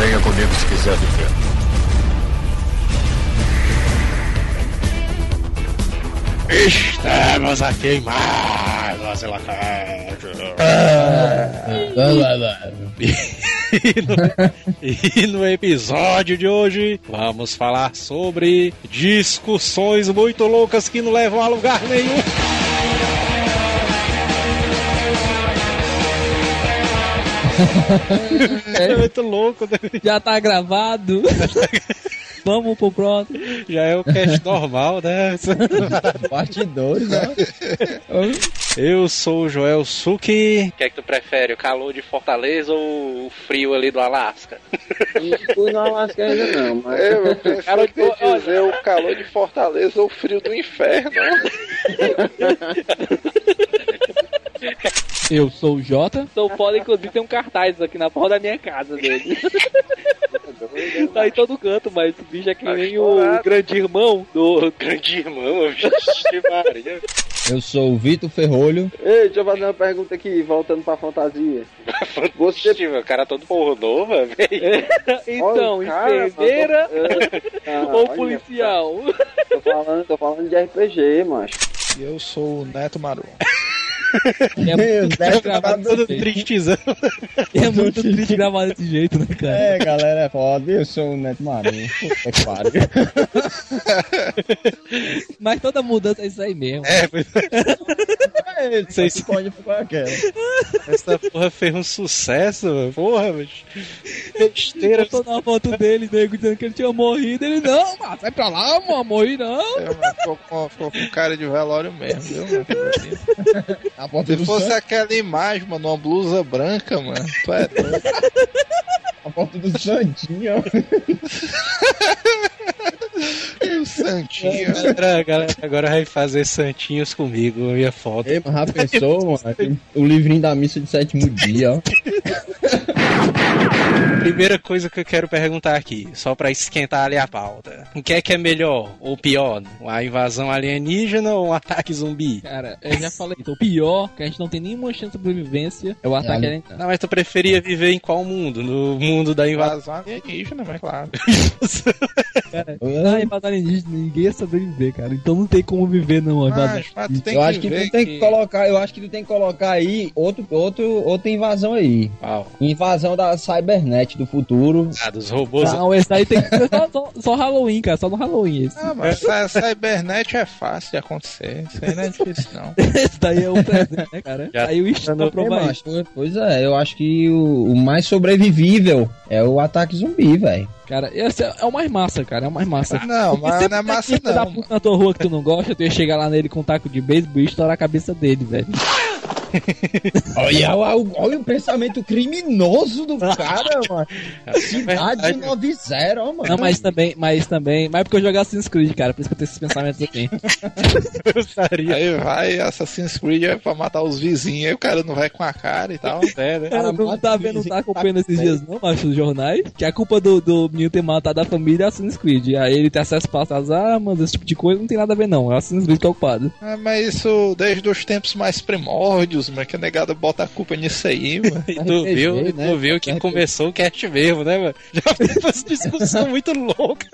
Venha comigo se quiser viver. Estamos aqui em mais uma Selacast. E no episódio de hoje vamos falar sobre discussões muito loucas que não levam a lugar nenhum. É muito louco, né? Já tá gravado. Vamos pro próximo. Já é o cast normal, né? Bastidores, né? Eu sou o Joel Suki. O que é que tu prefere, o calor de Fortaleza ou o frio ali do Alasca? Não fui no Alasca ainda não, mas... Eu prefiro dizer o calor de Fortaleza ou o frio do inferno. Eu sou o Jota. Sou foda, inclusive tem um cartaz aqui na porta da minha casa dele. Tá em todo canto, mas o bicho é que nem o grande irmão do... Grande irmão, vixe Maria. Eu sou o Vitor Ferrolho. Ei, deixa eu fazer uma pergunta aqui, voltando pra fantasia. Você, o cara todo pornô, velho. Então, olha, cara, enfermeira ou olha, policial? Tô falando de RPG, macho. Eu sou o Neto Maru. É muito gravado Todo desse jeito. tristezão. É muito triste gravar desse jeito, né, cara? É, galera, é foda. Eu sou o Neto Marinho. É claro. Mas toda mudança é isso aí mesmo. Sei se pode ficar aquela. essa porra fez um sucesso, mano. Porra, bicho. Besteira. Eu tô na foto dele, nego, dizendo que ele tinha morrido. Ele, não, mano, sai pra lá, mano, morri não. Ficou com cara de velório mesmo, viu? A porta Se do fosse San... aquela imagem, mano, uma blusa branca, mano, tu é doido. A porta do Santinho. O Santinho. Galera, agora vai fazer santinhos comigo, minha foto. Ei, mas já pensou, mano? O livrinho da missa de sétimo dia, ó. Primeira coisa que eu quero perguntar aqui, só pra esquentar ali a pauta. O que é melhor ou pior? A invasão alienígena ou um ataque zumbi? Cara, eu já falei, então, o pior, que a gente não tem nenhuma chance de sobrevivência, é o ataque alienígena. Não, mas tu preferia viver em qual mundo? No mundo da invasão? Invasão alienígena, mas claro. Cara, na invasão alienígena, ninguém ia sobreviver, cara. Então não tem como viver, não. Mas tu tem Eu acho que ver tu tem que colocar, eu acho que tu tem que colocar aí outra invasão aí. Qual? Invasão da Cybernet do futuro. Ah, dos robôs. Não, esse aí tem que ser só Halloween, cara. Só no Halloween esse. Ah, mas a Cybernet é fácil de acontecer. Isso aí não é difícil, não. Esse daí é o presente, né, cara? Já Aí o Istro É, provar macho, pois é, eu acho que o mais sobrevivível é o ataque zumbi, velho. Cara, esse é o mais massa, cara. É o mais massa. Não, Porque mas sempre não é tem massa, filho da não. puta na tua rua que tu não gosta, tu ia chegar lá nele com um taco de beisebol e estourar a cabeça dele, velho. Olha o pensamento criminoso do cara, mano. Cidade 90, ó, mano. Não, mas é porque eu jogo Assassin's Creed, cara, por isso que eu tenho esses pensamentos assim. Aí vai Assassin's Creed é pra matar os vizinhos, aí o cara não vai com a cara e tal. É, né? Cara, tu não tá vendo, não tá acompanhando esses dias não, macho, os jornais? Que a culpa do menino ter matado a família é Assassin's Creed. Aí ele tem acesso às armas, esse tipo de coisa, não tem nada a ver não. É Assassin's Creed que é o culpado. Ah, mas isso desde os tempos mais primórdios, mas que a negada bota a culpa nisso aí, mano. E tu viu que começou o cast mesmo, né, mano? Já foi uma discussão muito louca.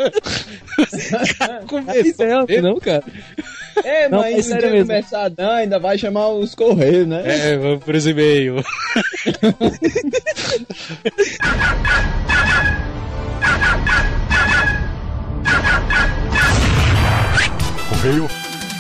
Começou não, cara. É, Não, mas mas no sério dia mesmo. começar a dar, ainda vai chamar os correios, né? É, vamos pros e-mails. Correio.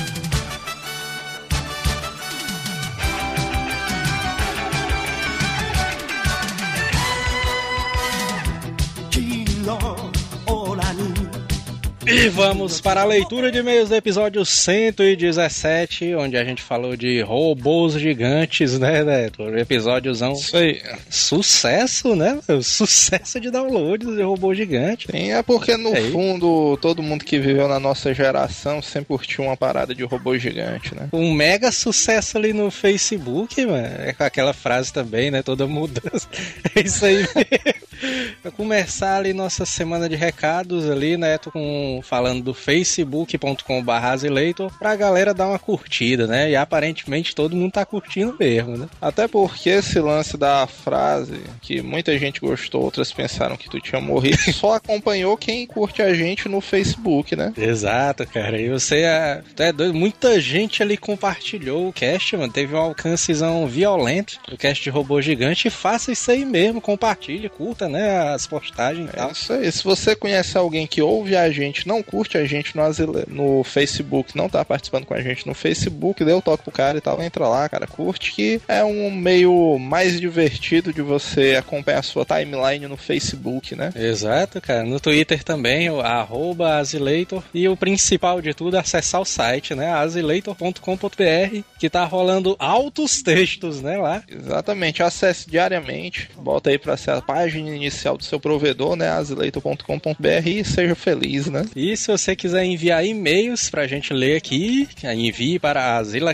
E vamos para a leitura de e-mails do episódio 117, onde a gente falou de robôs gigantes, né, Neto? Episódiozão. Isso aí. Sucesso, né? Sucesso de downloads de robô gigante. Sim, é porque no Aí. fundo todo mundo que viveu na nossa geração sempre curtiu uma parada de robô gigante, né? Um mega sucesso ali no Facebook, mano. É com aquela frase também, né? Toda mudança. É isso aí mesmo. Pra começar ali nossa semana de recados ali, né? Tô falando do facebook.com/Azileitor pra galera dar uma curtida, né? E aparentemente todo mundo tá curtindo mesmo, né? Até porque esse lance da frase, que muita gente gostou, outras pensaram que tu tinha morrido, só acompanhou quem curte a gente no Facebook, né? Exato, cara. E você é doido. Muita gente ali compartilhou o cast, mano. Teve um alcancezão violento do cast de Robô Gigante. E faça isso aí mesmo. Compartilhe, curta, né? As postagens e tal. Isso aí. Se você conhece alguém que ouve a gente, não curte a gente no Facebook, não tá participando com a gente no Facebook, dê o toque pro cara e tal, entra lá, cara, curte, que é um meio mais divertido de você acompanhar a sua timeline no Facebook, né? Exato, cara. No Twitter também, o @Azileitor. E o principal de tudo é acessar o site, né? azileitor.com.br, que tá rolando altos textos, né, lá. Exatamente. Acesse diariamente, bota aí pra ser a página inicial do seu provedor, né? azileitor.com.br e seja feliz, né? E se você quiser enviar e-mails pra gente ler aqui, envie para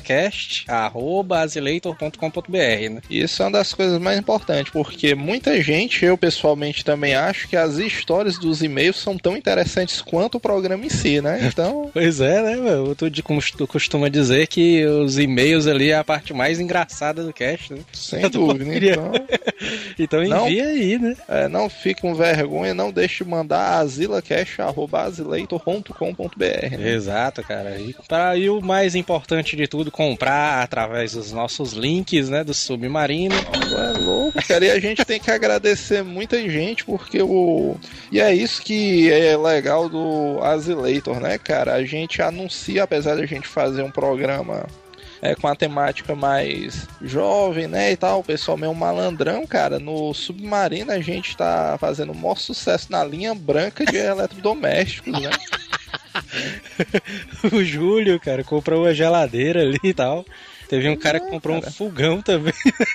azilacast@azileitor.com.br, né? Isso é uma das coisas mais importantes, porque muita gente, eu pessoalmente também acho que as histórias dos e-mails são tão interessantes quanto o programa em si, né? Então... Pois é, né, meu? Tu costuma dizer que os e-mails ali é a parte mais engraçada do cast, né? Sem dúvida, então... Então envia aí, né? Não fique com vergonha, não deixe de mandar azilacast@azileitor.com.br, né? Exato, cara. E o mais importante de tudo, comprar através dos nossos links, né, do Submarino. É louco, cara. E a gente tem que agradecer muita gente, porque E é isso que é legal do Azileitor, né, cara? A gente anuncia, apesar de a gente fazer um programa com a temática mais jovem, né, e tal, o pessoal meio malandrão, cara, no Submarino a gente tá fazendo o maior sucesso na linha branca de eletrodomésticos, né? O Júlio, cara, comprou uma geladeira ali e tal. Teve um cara que comprou um fogão também.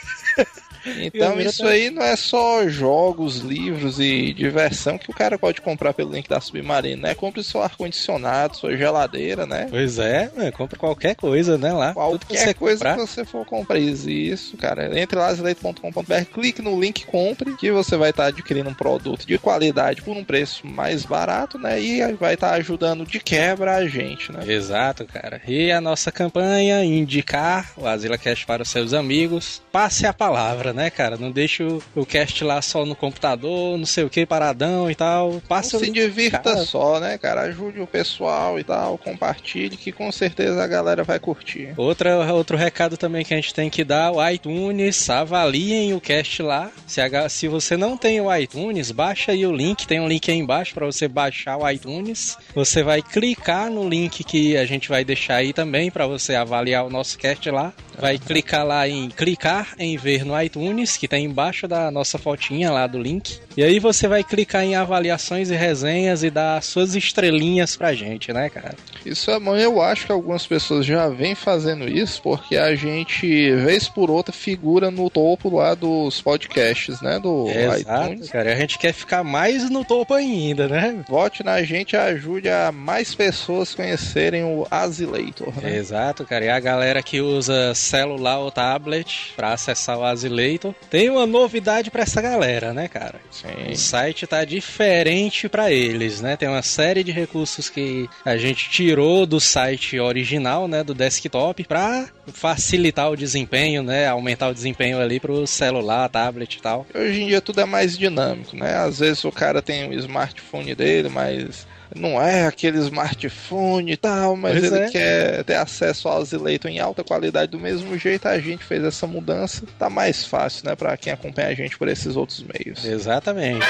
Então isso aí não é só jogos, livros e diversão que o cara pode comprar pelo link da Submarino, né? Compre seu ar-condicionado, sua geladeira, né? Pois é, compra qualquer coisa, né, lá. Qualquer coisa que você for comprar. Isso, cara. Entre lá, azileitor.com.br, clique no link compre, que você vai estar adquirindo um produto de qualidade por um preço mais barato, né? E vai estar ajudando de quebra a gente, né? Exato, cara. E a nossa campanha, indicar o AzilaCast para os seus amigos. Passe a palavra, né, cara? Não deixe o cast lá só no computador, não sei o que, paradão e tal. Passe se divirta só, né, cara? Ajude o pessoal e tal, compartilhe, que com certeza a galera vai curtir. Outro recado também que a gente tem que dar, o iTunes, avaliem o cast lá. Se você não tem o iTunes, baixa aí o link, tem um link aí embaixo para você baixar o iTunes. Você vai clicar no link que a gente vai deixar aí também para você avaliar o nosso cast lá. Vai clicar lá em clicar em ver no iTunes, que tá embaixo da nossa fotinha lá do link. E aí você vai clicar em avaliações e resenhas e dar suas estrelinhas pra gente, né, cara? Isso é bom. Eu acho que algumas pessoas já vêm fazendo isso, porque a gente, vez por outra, figura no topo lá dos podcasts, né, do iTunes. Cara, a gente quer ficar mais no topo ainda, né? Vote na gente e ajude a mais pessoas conhecerem o Azileitor, né? Exato, cara. E a galera que usa celular ou tablet pra acessar o Azileitor, tem uma novidade pra essa galera, né, cara? Sim. O site tá diferente pra eles, né? Tem uma série de recursos que a gente tirou do site original, né, do desktop, pra facilitar o desempenho, né, aumentar o desempenho ali pro celular, tablet e tal. Hoje em dia tudo é mais dinâmico, né? Às vezes o cara tem o smartphone dele, mas não é aquele smartphone e tal, mas ele quer ter acesso ao Azileitor em alta qualidade do mesmo jeito. A gente fez essa mudança, tá mais fácil, né, pra quem acompanha a gente por esses outros meios. Exatamente.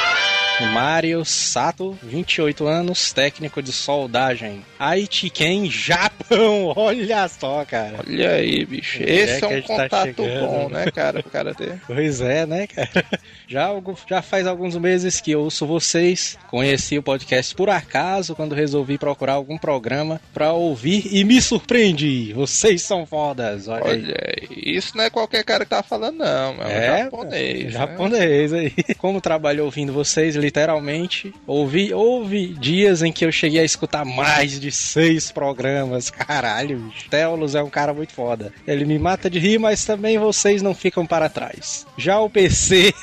Mário Sato, 28 anos, técnico de soldagem, Aichiken, Japão. Olha só, cara. Olha aí, bicho. Esse é um contato bom, né, cara, pro cara ter. Pois é, né, cara. Já faz alguns meses que eu ouço vocês. Conheci o podcast por acaso, quando resolvi procurar algum programa pra ouvir e me surpreendi. Vocês são fodas. Olha aí. Isso não é qualquer cara que tá falando, não. É um japonês. Japonês, né? Aí. Como trabalho ouvindo vocês, literalmente. Houve dias em que eu cheguei a escutar mais de 6 programas. Caralho, bicho. Teolos é um cara muito foda. Ele me mata de rir, mas também vocês não ficam para trás. Já o PC...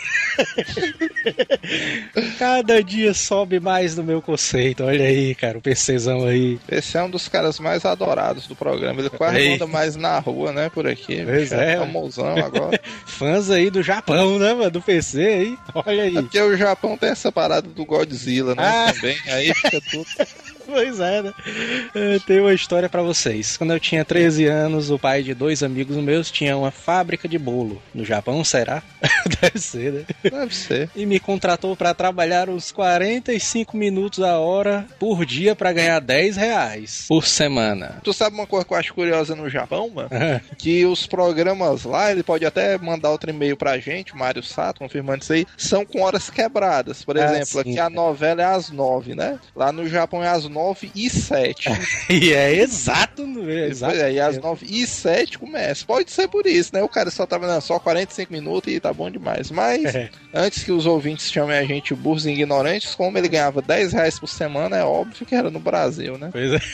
Cada dia sobe mais no meu conceito. Olha aí, cara, o PCzão aí. Esse é um dos caras mais adorados do programa. Ele quase anda mais na rua, né, por aqui. Pois é. Famosão agora. Fãs aí do Japão, né, mano? Do PC aí. Olha aí. É porque o Japão tem essa parada do Godzilla, né? Também. Aí fica tudo... Pois é, né? Eu tenho uma história pra vocês. Quando eu tinha 13 anos, o pai de 2 amigos meus tinha uma fábrica de bolo. No Japão, será? Deve ser, né? Deve ser. E me contratou pra trabalhar uns 45 minutos a hora por dia pra ganhar R$10 por semana. Tu sabe uma coisa que eu acho curiosa no Japão, mano? Que os programas lá, ele pode até mandar outro e-mail pra gente, Mário Sato, confirmando isso aí, são com horas quebradas. Por exemplo, sim, aqui a novela é às 9, né? Lá no Japão é às 9h07. E é exato, exato. E às 9h07 começa. Pode ser por isso, né? O cara só trabalhando só 45 minutos e tá bom demais. Mas, antes que os ouvintes chamem a gente burros e ignorantes, como ele ganhava R$10 por semana, é óbvio que era no Brasil, né? Pois é.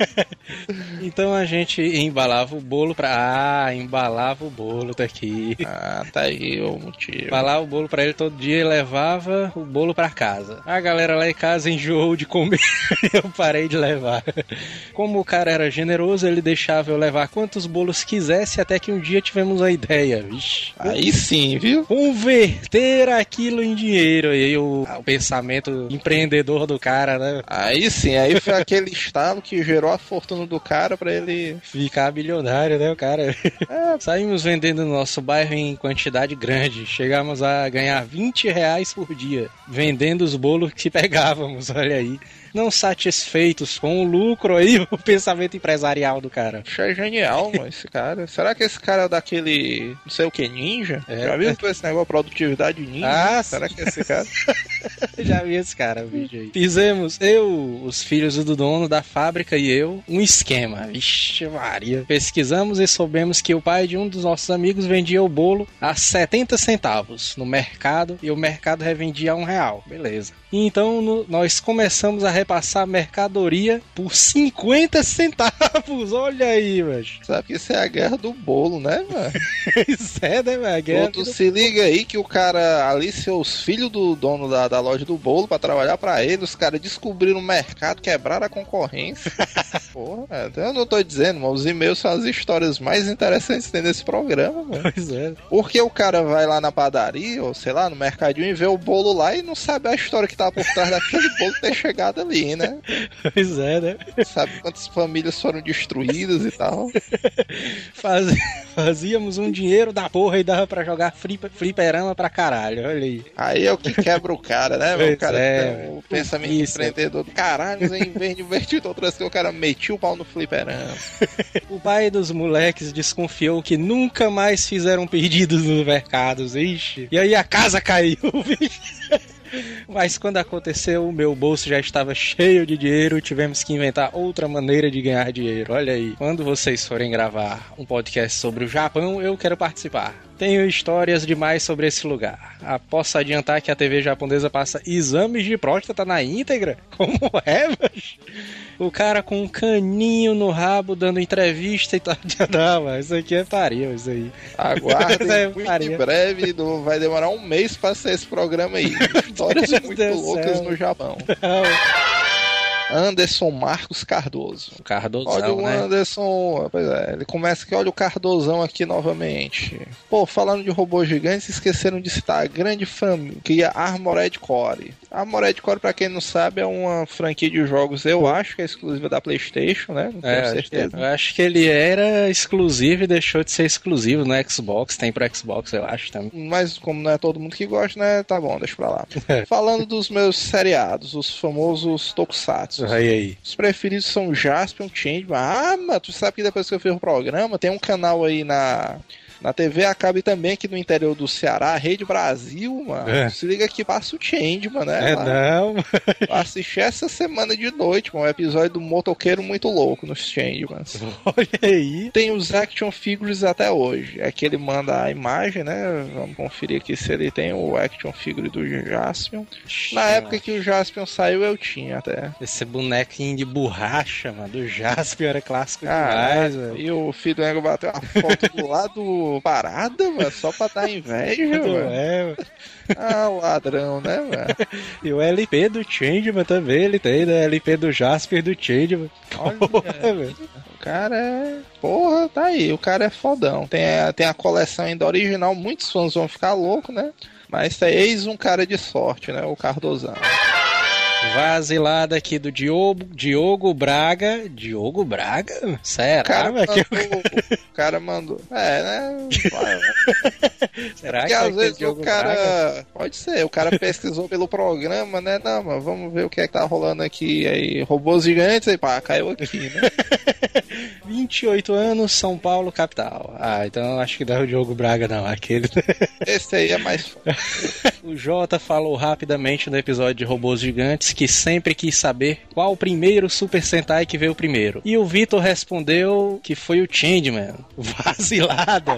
Então a gente embalava o bolo embalava o bolo, tá aqui. Tá aí o motivo. Embalava o bolo pra ele todo dia e levava o bolo pra casa. A galera lá em casa enjoou de comer. Eu parei de levar. Como o cara era generoso, ele deixava eu levar quantos bolos quisesse, até que um dia tivemos a ideia. Vixe. Aí sim, viu? Converter aquilo em dinheiro. E aí o pensamento empreendedor do cara, né? Aí sim, aí foi aquele estalo que gerou a fortuna do cara pra ele ficar bilionário, né, o cara? Saímos vendendo no nosso bairro em quantidade grande. Chegamos a ganhar R$20 por dia, vendendo os bolos que pegávamos, olha aí. Não satisfeitos com o lucro aí, o pensamento empresarial do cara. É genial, mano, esse cara. Será que esse cara é daquele, não sei o que, ninja? Já viu esse negócio, produtividade ninja? Será que é esse cara? Já vi esse cara, vídeo aí. Fizemos, os filhos do dono da fábrica e eu, um esquema. Vixe Maria. Pesquisamos e soubemos que o pai de um dos nossos amigos vendia o bolo a 70 centavos no mercado e o mercado revendia a R$1. Beleza. E então nós começamos a repassar mercadoria por 50 centavos. Olha aí, velho. Sabe que isso é a guerra do bolo, né, mano? Isso é, né, velho? A guerra tu se liga aí que o cara ali, os filhos do dono da loja do bolo, pra trabalhar pra ele, os caras descobriram o mercado, quebraram a concorrência. Porra, eu não tô dizendo, mas os e-mails são as histórias mais interessantes que tem nesse programa, mano. Pois é. Porque o cara vai lá na padaria, ou sei lá, no mercadinho, e vê o bolo lá e não sabe a história que tá por trás daquele bolo ter chegado ali, né? Pois é, né? Sabe quantas famílias foram destruídas e tal? Fazíamos um dinheiro da porra e dava pra jogar fliperama pra caralho, olha aí. Aí é o que quebra o cara, né? O cara tem o pensamento empreendedor do caralho, em vez de invertir outras coisas, o cara metiu o pau no fliperama. O pai dos moleques desconfiou que nunca mais fizeram pedidos nos mercados, ixi. E aí a casa caiu, bicho. Mas quando aconteceu, o meu bolso já estava cheio de dinheiro e tivemos que inventar outra maneira de ganhar dinheiro. Olha aí, quando vocês forem gravar um podcast sobre o Japão, eu quero participar. Tenho histórias demais sobre esse lugar. Posso adiantar que a TV japonesa passa exames de próstata na íntegra? Como é, mas... O cara com um caninho no rabo dando entrevista e tal. Não, isso aqui é pariu, isso aí. Aguardem, muito em breve, vai demorar um mês pra ser esse programa aí. Histórias muito loucas no Japão. Anderson Marcos Cardoso. Cardozão, olha o né? Anderson, pois é, ele começa aqui, olha o Cardozão aqui novamente. Pô, falando de robôs gigantes, esqueceram de citar a grande franquia Armored Core. Armored Core, pra quem não sabe, é uma franquia de jogos, eu acho que é exclusiva da PlayStation, né? Não tenho certeza. Eu acho que ele era exclusivo e deixou de ser exclusivo no Xbox, tem pro Xbox, eu acho também. Mas como não é todo mundo que gosta, né? Tá bom, deixa pra lá. Falando dos meus seriados, os famosos tokusatsu. Aí. Os preferidos são Jaspion, Changeman. Mas tu sabe que depois que eu fiz o programa, tem um canal aí Na TV a cabo também aqui no interior do Ceará, a Rede Brasil, mano. Se liga que passa o Changeman, né? Não. Eu assisti essa semana de noite, mano, um episódio do Motoqueiro muito louco nos Changemans. Olha aí. Tem os action figures até hoje. É que ele manda a imagem, né? Vamos conferir aqui se ele tem o action figure do Jaspion. Na época que o Jaspion saiu, eu tinha até. Esse bonequinho de borracha, mano, do Jaspion era clássico demais, velho. E o filho do Ego bateu a foto do lado parada, mano, só pra dar inveja, mano. Ah, ladrão, né, mano? E o LP do Changeman também, ele tem, né? LP do Jasper e do Changeman. Olha, velho. O cara é... Porra, tá aí, o cara é fodão. Tem a coleção ainda original, muitos fãs vão ficar loucos, né? Mas eis um cara de sorte, né? O Cardozão. Vazilada aqui do Diogo Braga. Diogo Braga? Será? O cara mandou. Né? Será porque que às vezes Diogo o cara. Braga? Pode ser, o cara pesquisou pelo programa, né? Não, mas vamos ver o que é que tá rolando aqui. Aí, robôs gigantes, aí pá, caiu aqui, né? 28 anos, São Paulo, capital. Ah, então acho que não é o Diogo Braga, não. Aquele. Esse aí é mais forte. O Jota falou rapidamente no episódio de Robôs Gigantes que sempre quis saber qual o primeiro Super Sentai que veio primeiro. E o Vitor respondeu que foi o Changeman. Vazilada!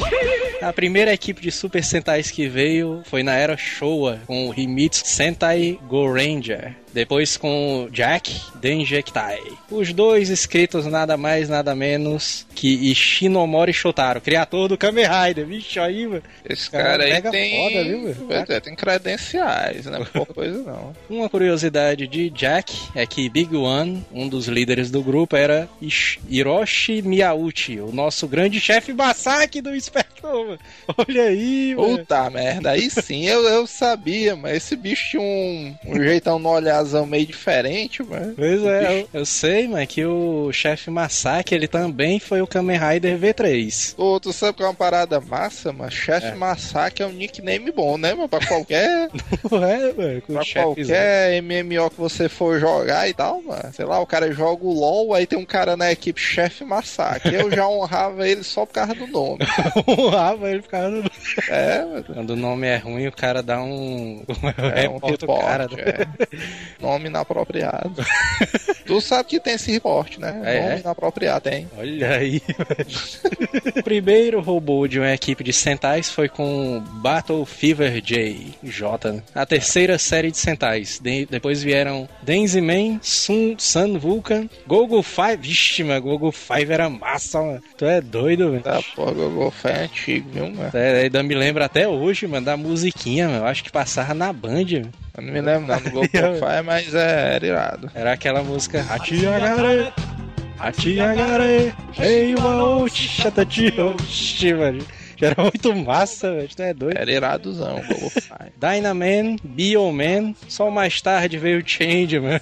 A primeira equipe de Super Sentais que veio foi na era Showa, com o Himitsu Sentai Go Ranger. Depois com o Jack Denjektai. Os dois escritos nada mais, nada menos que Ishinomori Shotaro, criador do Kamen Rider. Vixe, aí, mano. Esse cara aí tem... foda, viu, tem credenciais, não é pouca coisa, não. Uma curiosidade de Jack é que Big One, um dos líderes do grupo, era Hiroshi Miyauchi, o nosso grande chefe Masaki do Spectrum. Olha aí, mano. Puta merda, aí sim, eu sabia, mas esse bicho tinha um jeitão no olharzão meio diferente, mano. Pois é, eu sei, mano, que o chefe Masaki, ele também foi o Kamen Rider V3. Tu sabe que é uma parada massa, mano? Chefe Masaki é um nickname bom, né, mano? Pra qualquer... Não é, mano? Pra qualquer MMO que você for jogar e tal, mano. Sei lá, o cara joga o LoL, aí tem um cara na equipe chefe Masaki. Eu já honrava ele só por causa do nome. Honrava ele por causa do nome. Mano. Quando o nome é ruim, o cara dá um... um report, cara, Nome inapropriado. Tu sabe que tem esse report, né? Nome inapropriado, tem. Olha aí, velho. O primeiro robô de uma equipe de Sentais foi com Battle Fever J. A terceira série de Sentais. Depois vieram Denziman, Sun Vulcan, Gogo 5. Vixe, mano, Gogo 5 era massa, mano. Tu é doido, velho. Tá, pô, Gogo 5 é antigo, viu, mano? Ainda me lembro até hoje, mano, da musiquinha, mano. Eu acho que passava na Band, mano. Eu não me lembro não do Gogo 5, mas era irado. Era aquela música Hachiagare, Hachiagare, Ei, Waoshi, Shatati, oxi, mano. Era muito massa, velho. Tu é doido. Era iradozão, Gogo 5. Dynaman, Bioman, só mais tarde veio o Changeman.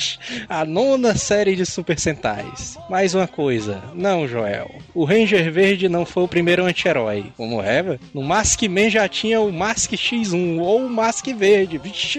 A 9ª série de Super Sentais. Mais uma coisa, não, Joel. O Ranger Verde não foi o primeiro anti-herói. Como é, velho? No Maskman já tinha o Mask X1 ou o Mask Verde. Vixe.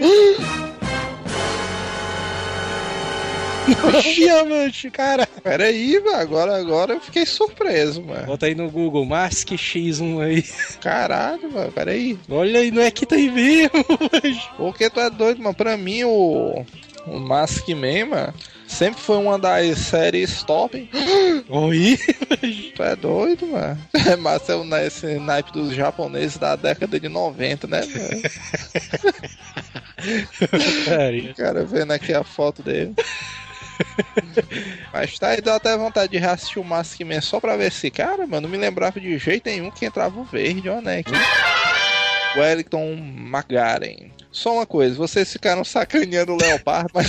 Mancho, cara. Pera aí, mano. Agora eu fiquei surpreso, mano. Bota aí no Google, Mask X1 aí. Caralho, mano. Pera aí. Olha aí, não é que tem mesmo, mancho. Porque tu é doido, mano. Pra mim, o Maskman, mano, sempre foi uma das séries top. Oi? Tu é doido, mano. Mas é esse naipe dos japoneses da década de 90, né, mano? O cara vendo aqui a foto dele. Mas tá aí, dá até vontade de reassistir o Maskman só pra ver se, cara, mano, não me lembrava de jeito nenhum que entrava o verde, ó, né? Aqui. Wellington McGaren. Só uma coisa, vocês ficaram sacaneando o Leopardo, mas...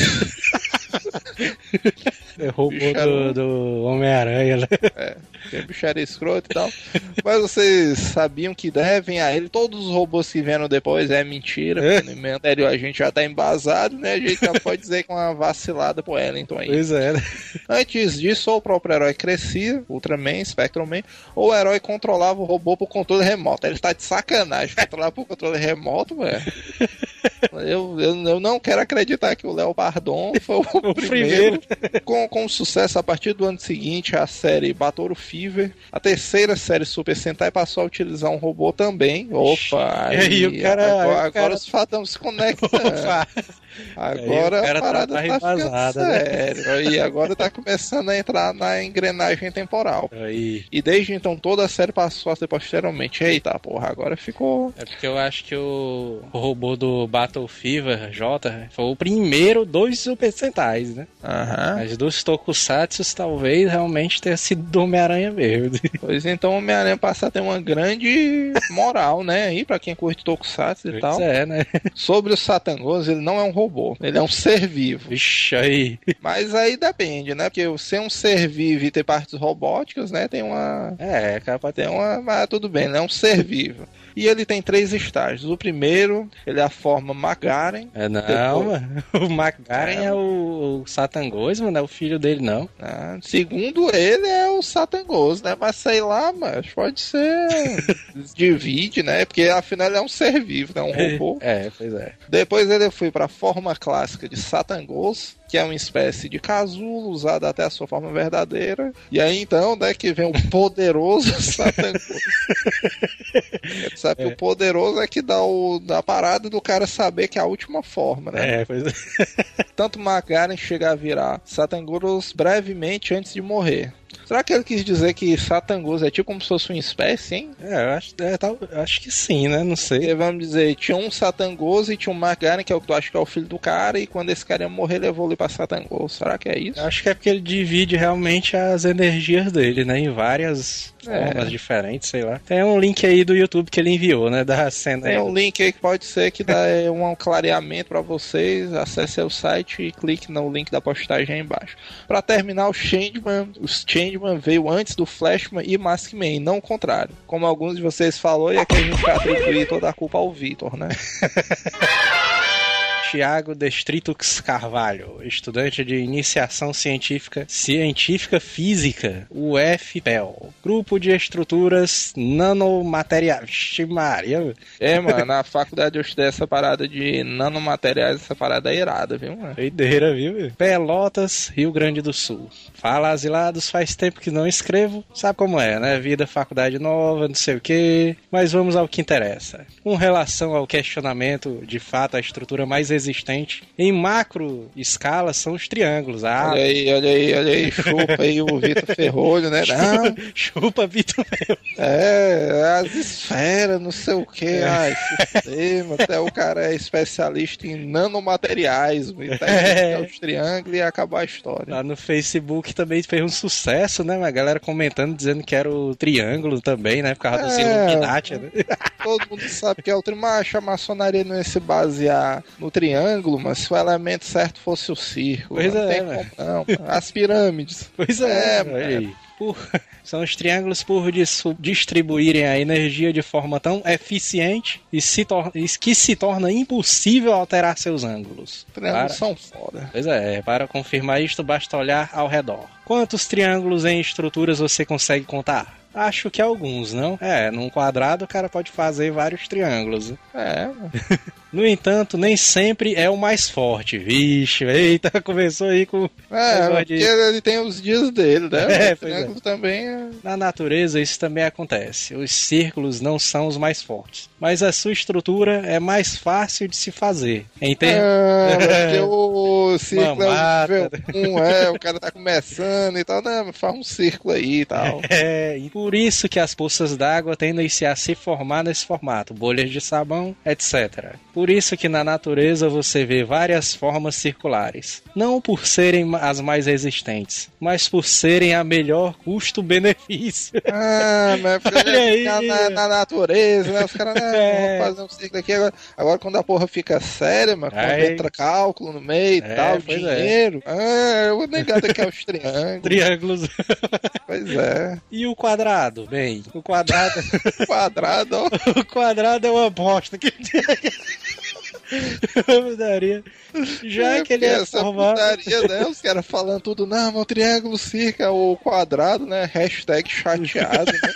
É robô do Homem-Aranha, né? Tem bicho era escroto e tal. Mas vocês sabiam que devem a ele. Todos os robôs que vieram depois é mentira. No inventário a gente já tá embasado, né? A gente já pode dizer com uma vacilada pro Wellington aí. Pois é, né? Antes disso, ou o próprio herói crescia, Ultraman, Spectrum-Man, ou o herói controlava o robô por controle remoto. Ele tá de sacanagem controlar por controle remoto, velho. Eu não quero acreditar que o Léo Bardon foi o primeiro. Com sucesso, a partir do ano seguinte, a série Batoru Fever, a terceira série Super Sentai, passou a utilizar um robô também. Opa! Aí o cara... Agora os fatão se conectam. Agora a parada tá ficando séria. E agora tá começando a entrar na engrenagem temporal. Aí. E desde então toda a série passou a ser posteriormente. Eita, porra, agora ficou... É porque eu acho que o robô do Battle Fever, J, foi o primeiro dos Super Sentais, né? Aham. Mas dos Tokusatsu talvez realmente tenha sido do Homem-Aranha mesmo. Pois então o Homem-Aranha passa a ter uma grande moral, né? Aí pra quem curte Tokusatsu e tal. É, né? Sobre o Satangos, ele não é um robô, ele é um ser vivo. Vixe, aí. Mas aí depende, né? Porque ser um ser vivo e ter partes robóticas, né? Tem uma... É, capaz Tem uma... Mas tudo bem, né? É um ser vivo. E ele tem 3 estágios. O primeiro, ele é a forma Magaren. É, não, Depois... mano. O Magaren é o Satangos, mano, é o filho dele, não. Ah, segundo ele, é o Satangos, né? Mas sei lá, mas pode ser... Divide, né? Porque afinal ele é um ser vivo, né? Um robô. É, pois é. Depois ele foi para a forma clássica de Satangos, que é uma espécie de casulo usada até a sua forma verdadeira. E aí então, né, que vem o poderoso Satangos. Sabe que o poderoso é que dá a parada do cara saber que é a última forma, né? É, pois é. Tanto Magaren chega a virar Satangos brevemente antes de morrer. Será que ele quis dizer que Satangos é tipo como se fosse uma espécie, hein? É, eu acho que sim, né? Não sei. Porque, vamos dizer, tinha um Satangos e tinha um Magaren, que é o que tu acha que é o filho do cara, e quando esse cara ia morrer, levou ele pra Satangos. Será que é isso? Eu acho que é porque ele divide realmente as energias dele, né? Em várias formas diferentes, sei lá. Tem um link aí do YouTube que ele enviou, né? Da cena. Tem um link aí que pode ser que dá um clareamento pra vocês. Acesse o site e clique no link da postagem aí embaixo. Pra terminar, os Changeman veio antes do Flashman e Maskman, não o contrário. Como alguns de vocês falou, e é que a gente vai atribuir toda a culpa ao Vitor, né? Tiago Destritux Carvalho, estudante de iniciação científica física, UFPEL, grupo de estruturas nanomateriais. Vixe Maria. É, mano, na faculdade eu estudei essa parada de nanomateriais, essa parada é irada, viu, mano? Doideira, viu? Pelotas, Rio Grande do Sul. Fala, asilados, faz tempo que não escrevo. Sabe como é, né? Vida, faculdade nova, não sei o quê. Mas vamos ao que interessa. Com relação ao questionamento, de fato, a estrutura mais existente em macro escala são os triângulos. Olha aí, chupa aí o Vitor Ferrolho, né? Não. Chupa Vitor Ferrolho. É, as esferas, não sei o que. Ai, sistema. Até o cara é especialista em nanomateriais. Os triângulos e acabou a história. Lá no Facebook também fez um sucesso, né? A galera comentando, dizendo que era o triângulo também, né? Por causa dos Illuminati, né? Todo mundo sabe que é o triângulo. A maçonaria não ia se basear no triângulo, mas se o elemento certo fosse o círculo. Pois não é, tem como, não. As pirâmides. Pois são os triângulos por distribuírem a energia de forma tão eficiente e que se torna impossível alterar seus ângulos. Triângulos são foda. Pois é, para confirmar isto basta olhar ao redor. Quantos triângulos em estruturas você consegue contar? Acho que alguns, não? Num quadrado o cara pode fazer vários triângulos. No entanto, nem sempre é o mais forte. Vixe, eita, começou aí com... porque ele tem os dias dele, né? O triângulo também é... Na natureza isso também acontece. Os círculos não são os mais fortes, mas a sua estrutura é mais fácil de se fazer. Entende? Porque o círculo é o cara tá começando e tal, né? Faz um círculo aí e tal. E por isso que as poças d'água tendem a se formar nesse formato, bolhas de sabão, etc. Por isso que na natureza você vê várias formas circulares. Não por serem as mais resistentes, mas por serem a melhor custo-benefício. Mas ficar na natureza, né? Os caras, vamos fazer um círculo aqui. Agora quando a porra fica séria, mano, quando entra cálculo no meio e tal, dinheiro. Eu vou negar daqui aos triângulos. Pois é. E o quadrado? Bem, o quadrado... O quadrado é uma bosta. Já que ele é formado... né? Os caras falando tudo, não, meu triângulo circa o quadrado, né? Hashtag chateado, né?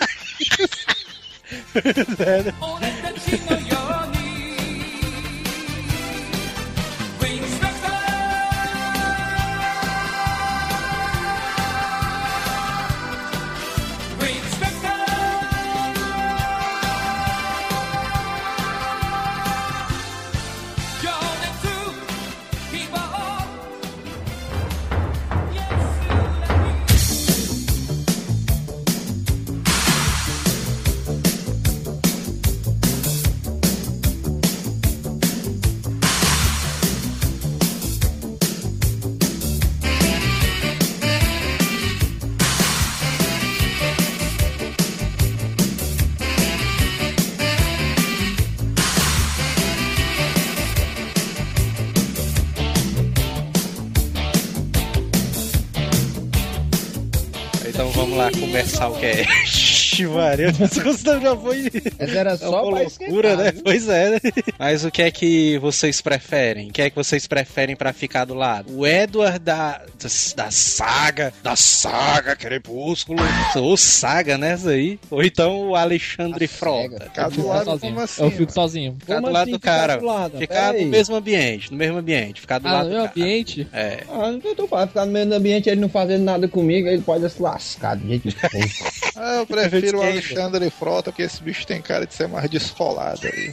Então vamos lá começar o cast. Maria, Gustavo já foi. Mas era só pra loucura, esquentar, né? viu? Pois é, né? Mas o que é que vocês preferem? O que é que vocês preferem pra ficar do lado? O Edward da saga Crepúsculo, ou saga, né? Isso aí. Ou então o Alexandre Frota. Ficar do lado como assim? Eu fico sozinho. Ficar Como do lado assim do ficar cara. do lado? Ficar Pera no aí. mesmo ambiente. Ficar do lado No do meu cara. ambiente? É. Ah, não tô falando, ficar no meio do ambiente, ele não fazendo nada comigo, ele pode se lascar do jeito que for. Eu prefiro o Alexandre Frota, porque esse bicho tem cara de ser mais descolado aí.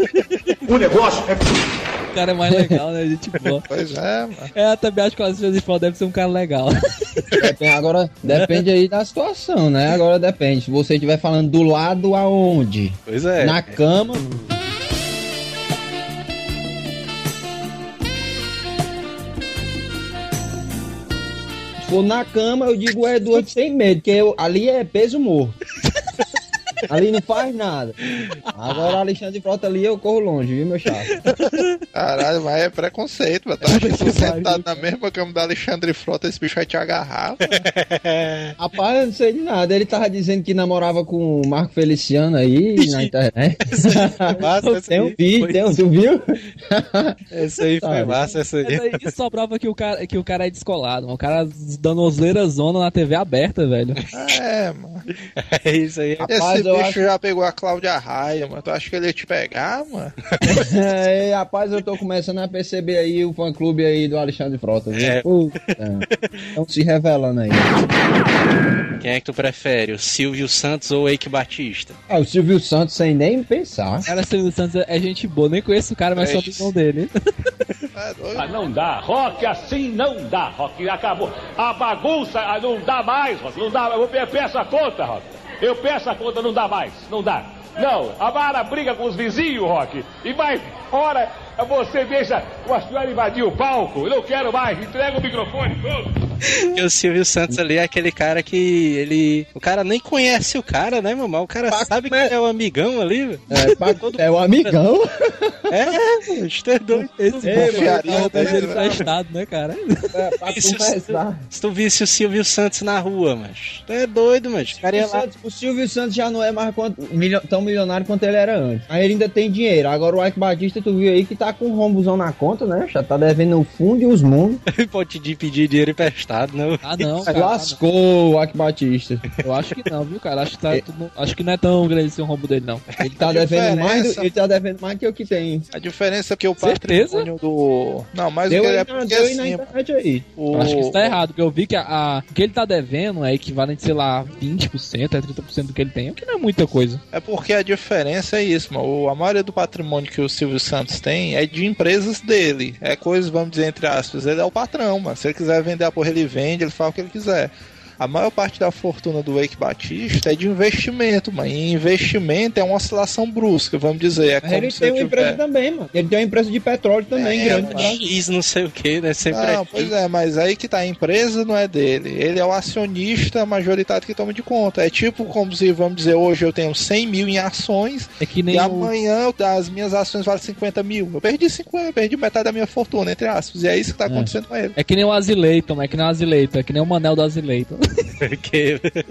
O cara é mais legal, né? Gente boa. Pois é, mano. Eu também acho que o Alexandre Frota deve ser um cara legal. Agora, depende aí da situação, né? Agora depende. Se você estiver falando do lado aonde? Pois é. Na cama. Se for na cama, eu digo o Edward sem medo, porque ali é peso morto. Ali não faz nada. Agora o Alexandre Frota ali eu corro longe, viu, meu chato? Caralho, mas é preconceito, mano. Tu acha que tu sentado na mesma cama do Alexandre Frota, esse bicho vai te agarrar, mano? Rapaz, eu não sei de nada. Ele tava dizendo que namorava com o Marco Feliciano aí na internet. Massa, Tem um vídeo, tu viu? Esse aí foi Sabe. massa, esse aí. Mas aí isso só prova que o cara é descolado, mano. O cara dando osleira zona na TV aberta, velho. É, mano. É isso aí. Esse eu bicho acho- já pegou a Cláudia Raia, mano. Tu acha que ele ia te pegar, mano? É, rapaz, eu tô começando a perceber aí o fã-clube aí do Alexandre Frota. Viu? É. Puta. Estão se revelando aí. Quem é que tu prefere, o Silvio Santos ou o Eike Batista? Ah, o Silvio Santos sem nem pensar. O cara Silvio Santos é gente boa, nem conheço o cara, mas sou amigão dele. É doido. Ah, não dá, Rock, assim não dá, Rock, acabou. A bagunça não dá mais, Rock, não dá. Eu peço a conta, Rock. Eu peço a conta, não dá mais, não dá. Não, a Mara briga com os vizinhos, Rock, e vai fora, você deixa a senhora invadir o palco. Eu não quero mais, entrega o microfone todo. E o Silvio Santos ali é aquele cara que ele... O cara nem conhece o cara, né, mamãe? O cara sabe que é o amigão ali, velho. É o amigão. É, bicho, tu é doido. Esse Ei, confiaria é o nele, dele né? prestado, né, cara? Pra Isso, conversar. se tu visse o Silvio Santos na rua, mas tu é doido, mas o cara ia lá... O Silvio Santos já não é mais tão milionário quanto ele era antes. Aí ele ainda tem dinheiro. Agora o Ike Batista, tu viu aí que tá com um rombozão na conta, né? Já tá devendo o fundo e os mundos. Pode te pedir dinheiro emprestado, não. Ah, não, cara. Lascou o Ike Batista. Eu acho que não, viu, cara? Acho que não é tão grande esse roubo dele, não. Ele tá devendo mais que o que tem. A diferença é que o Certeza? patrimônio do... Não, mas Deu o que aí, ele é na, porque deu aí na assim, internet aí. o... Acho que isso tá errado, porque eu vi que o que ele tá devendo é equivalente, sei lá, 20%, é 30% do que ele tem, o que não é muita coisa. É porque a diferença é isso, mano. A maioria do patrimônio que o Silvio Santos tem é de empresas dele. É coisas, vamos dizer, entre aspas, ele é o patrão, mano. Se ele quiser vender a porra, ele vende, ele fala o que ele quiser. A maior parte da fortuna do Eike Batista é de investimento, mano. E investimento é uma oscilação brusca, vamos dizer. É Mas ele tem uma empresa também, mano. Ele tem uma empresa de petróleo também, grande. mas- X não sei o que, né? Sempre Não, é pois é, mas aí que tá, a empresa não é dele. Ele é o acionista majoritário que toma de conta. É tipo como se, vamos dizer, hoje eu tenho 100 mil em ações É que nem e o... amanhã as minhas ações valem 50 mil. Eu perdi 50, eu perdi metade da minha fortuna, entre aspas. E é isso que tá acontecendo com ele. É que nem o Azileiton, é que nem o Azileiton, é que nem o Manel do Azileiton. que...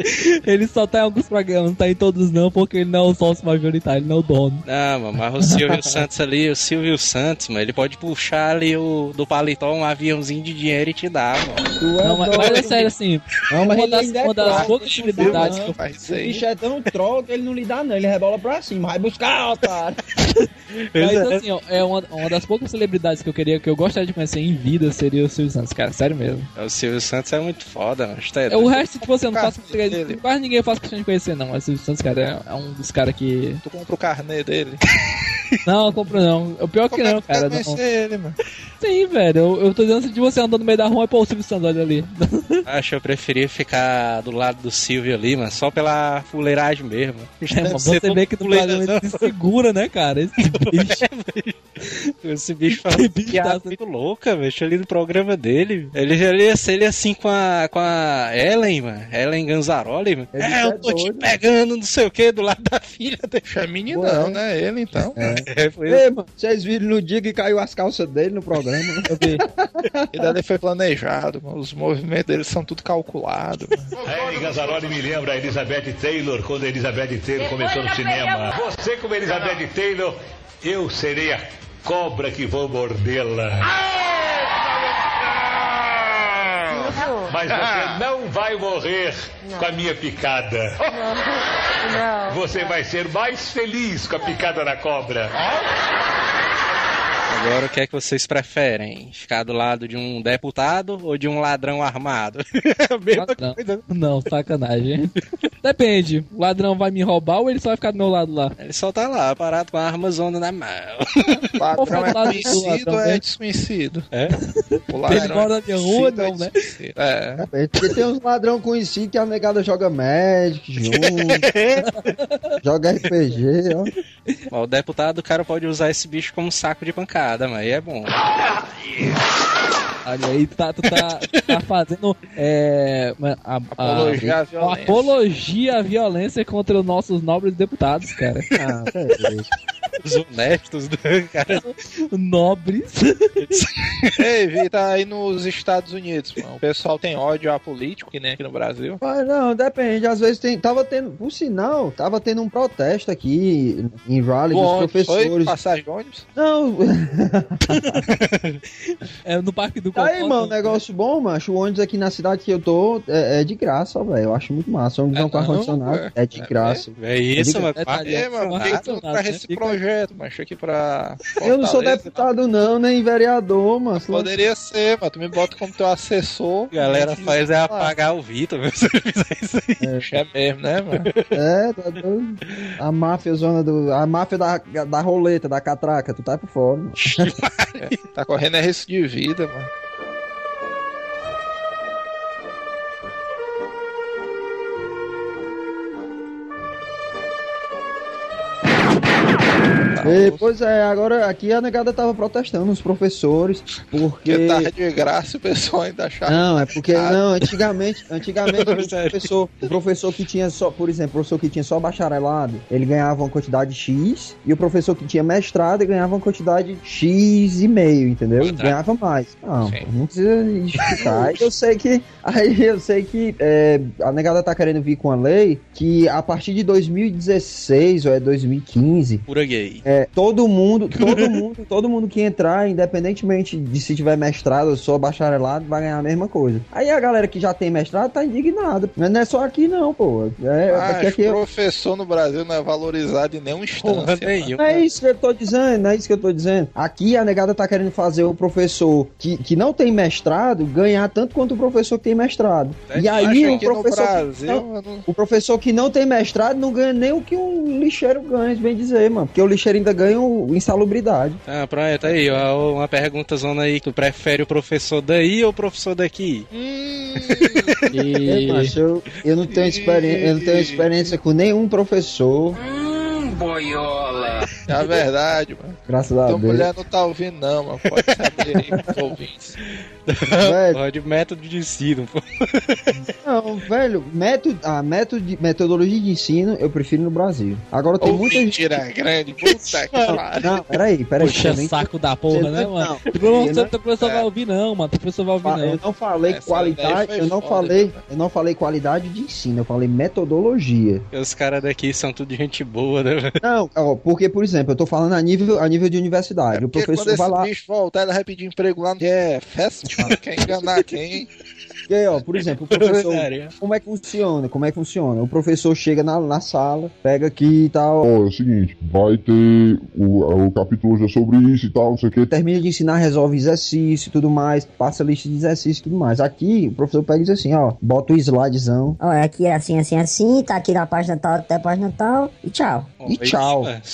Ele só tá em alguns programas, não tá em todos não, porque ele não é o sócio majoritário, ele não é o dono. Não, mano, mas o Silvio Santos ali, o Silvio Santos, mano, ele pode puxar ali do paletó um aviãozinho de dinheiro e te dar, mano. Não, mas é sério assim, Não, mas uma ele das, ainda é uma das fraco, poucas bicho, celebridades não. que eu Faz isso O aí. bicho é tão troll que ele não lhe dá, não. Ele rebola pra cima. Vai buscar, otário. Mas assim, ó, é uma das poucas celebridades que eu gostaria de conhecer em vida seria o Silvio Santos, cara, sério mesmo. O Silvio Santos é muito foda, mano. Tá O resto, tipo, você não faz dele. quase ninguém faz questão de conhecer, não. Mas o Silvio Santos, cara, é um dos caras que. Tu compra o carnê dele. Não, eu compro não. O pior que Como é não, que tu vai cara. Não. conhecer ele, mano? Sim, velho. Eu tô dizendo de você andando no meio da rua e pô, o Silvio Santos olha ali. Acho que eu preferia ficar do lado do Silvio ali, mano, só pela fuleiragem mesmo. É, mas você vê que no programa ele se segura, né, cara? Esse bicho. Esse bicho fala piada muito louca, velho. Ali no programa dele. Ele assim com a Ellen, mano. Ellen Ganzaroli, mano. Eu tô te pegando, não sei o que, do lado da filha dele. É meninão, né? Ele então. Ei, mano, vocês viram no dia que caiu as calças dele no programa? Eu vi. E daí foi planejado, mano. Os movimentos dele são tudo calculados. A Ellen Ganzaroli me lembra a Elizabeth Taylor, quando a Elizabeth Taylor começou no cinema. Você, como Elizabeth Taylor, eu serei a cobra que vou mordê-la. Mas você não vai morrer com a minha picada. Não. Você vai ser mais feliz com a picada da cobra. Agora, o que é que vocês preferem? Ficar do lado de um deputado ou de um ladrão armado? Não, sacanagem. Depende. O ladrão vai me roubar ou ele só vai ficar do meu lado lá? Ele só tá lá, parado com a armazona na mão. Ladrão é conhecido ou é desconhecido? É? O ladrão Ele mora na minha rua, não, né? É. Porque tem uns ladrão conhecidos que a negada joga Magic junto, joga RPG, ó. Ó, o deputado, o cara pode usar esse bicho como saco de pancada, mas aí é bom. Olha aí, tu tá fazendo Apologia à violência. Apologia à violência contra os nossos nobres deputados, cara. Os honestos, cara. Nobres. Ei, Vi, tá aí nos Estados Unidos, mano. O pessoal tem ódio a político, que nem aqui no Brasil. Mas não, depende. Às vezes tava tendo, por sinal, tava tendo um protesto aqui em Raleigh dos professores. Foi passagem de ônibus? Não. É no Parque do Aí, mano, negócio bom, macho. O ônibus aqui na cidade que eu tô é de graça, velho. Eu acho muito massa. O ônibus não com ar-condicionado. É de graça. É isso, mano. Mano, por que tu não traz esse projeto, macho, aqui pra Fortaleza? Eu não sou deputado, não, nem vereador, mano. Poderia ser, mano. Tu me bota como teu assessor. A galera faz apagar o Vitor, meu, se ele fizer isso aí. É mesmo, né, mano? Tá doido. A máfia a máfia da roleta, da catraca, tu tá por fora, mano. Tá correndo risco de vida, mano. Pois é, agora aqui a negada tava protestando os professores, porque tava de graça, o pessoal ainda achava. Não, é porque antigamente o professor que tinha só, por exemplo, o professor que tinha só bacharelado, ele ganhava uma quantidade X, e o professor que tinha mestrado ele ganhava uma quantidade X e meio, entendeu? Ganhava mais. Não precisa justificar. Aí eu sei que a negada tá querendo vir com a lei que a partir de 2016 ou 2015, pura gay. Todo mundo que entrar, independentemente de se tiver mestrado ou só bacharelado, vai ganhar a mesma coisa. Aí a galera que já tem mestrado tá indignada. Mas não é só aqui não, pô. Aqui professor no Brasil não é valorizado em nenhuma instância. Não é isso que eu tô dizendo, Aqui a negada tá querendo fazer o professor que não tem mestrado ganhar tanto quanto o professor que tem mestrado. E aí o professor que não tem mestrado não ganha nem o que um lixeiro ganha, bem dizer, mano. Porque o lixeiro ainda ganha insalubridade. Ah, pronto, aí, ó, uma pergunta zona aí, tu prefere o professor daí ou o professor daqui? Macho, eu não tenho experiência com nenhum professor. Boiola. É verdade, mano. Graças a Deus. Tua mulher não tá ouvindo não, mano. Pode saber aí com os ouvintes. De método de ensino, pô. Não, velho, metodologia de ensino eu prefiro no Brasil. Agora tem muita gente. Mentira grande, puta que pariu. Não, peraí. Puxa saco da porra, né, mano? O professor vai ouvir, não, mano. O professor vai ouvir, não. Eu não falei qualidade, eu não falei qualidade de ensino, eu falei metodologia. Os caras daqui são tudo gente boa, né, velho? Não, porque, por exemplo, eu tô falando a nível de universidade. O professor vai lá. Quando esse bicho voltar, ele vai pedir emprego lá, que é festa. Quer enganar quem? E aí, ó, por exemplo, o professor, como é que funciona? O professor chega na sala, pega aqui e tal. É o seguinte, vai ter o capítulo já sobre isso e tal, não sei o que. Termina de ensinar, resolve exercício e tudo mais, passa a lista de exercício e tudo mais. Aqui, o professor pega e diz assim, ó, bota o slidezão. Ó, aqui é assim, tá aqui na página tal, até a página tal, e tchau. E tchau. Só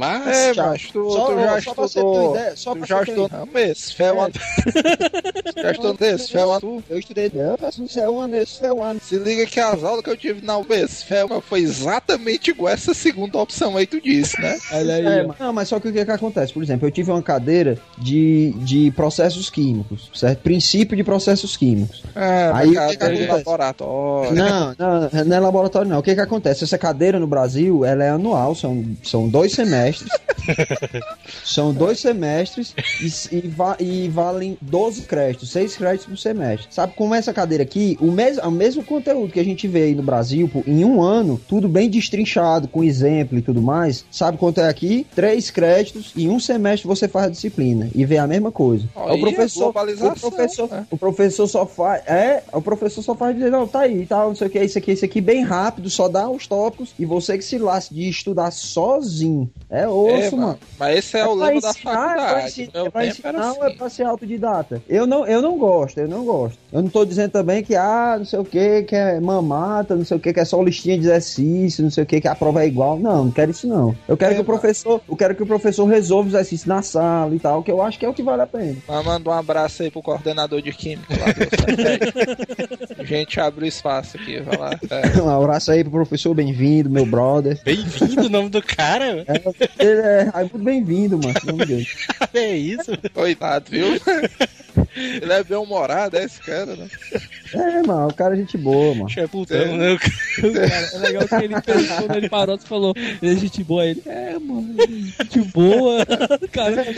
Mas, mas tu já estudou não, mas já estudou nesse FEL. Eu estudei, eu faço um FEL nesse FEL. Se liga que as aulas que eu tive na UBS FEL foi exatamente igual essa segunda opção aí, tu disse, né? Olha aí, Não, mas só que o que acontece? Por exemplo, eu tive uma cadeira de processos químicos, certo? Princípio de processos químicos. Aí o que acontece? Laboratório. Não é laboratório não. O que acontece? Essa cadeira no Brasil, ela é anual, são 2 semestres. São 2 semestres e valem 12 créditos, 6 créditos por semestre. Sabe como é essa cadeira aqui? O mesmo conteúdo que a gente vê aí no Brasil, em um ano, tudo bem destrinchado, com exemplo e tudo mais. Sabe quanto é aqui? 3 créditos e um semestre você faz a disciplina e vê a mesma coisa. Aí, o professor só faz dizer, não, tá aí, tá, não sei o que, isso aqui bem rápido, só dá os tópicos e você que se lasca de estudar sozinho. É osso, mano. Mas esse é o lema da faculdade. É pra ser autodidata. Eu não gosto. Eu não tô dizendo também que, não sei o que é mamata, não sei o que é só listinha de exercício, não sei o que a prova é igual. Não quero isso não. Eu quero que o professor resolva os exercícios na sala e tal, que eu acho que é o que vale a pena. Mas manda um abraço aí pro coordenador de química lá do A gente abre o espaço aqui, vai lá. Um abraço aí pro professor, bem-vindo, meu brother. Bem-vindo o nome do cara? Ele é muito bem-vindo, mano. É isso? Coitado, viu? Ele é bem-humorado, esse cara, né? Mano, o cara é gente boa, mano. É putão, né? Cara, é legal que ele pensou, quando ele parou, você falou, ele é gente boa, ele, mano, gente boa. Cara, ele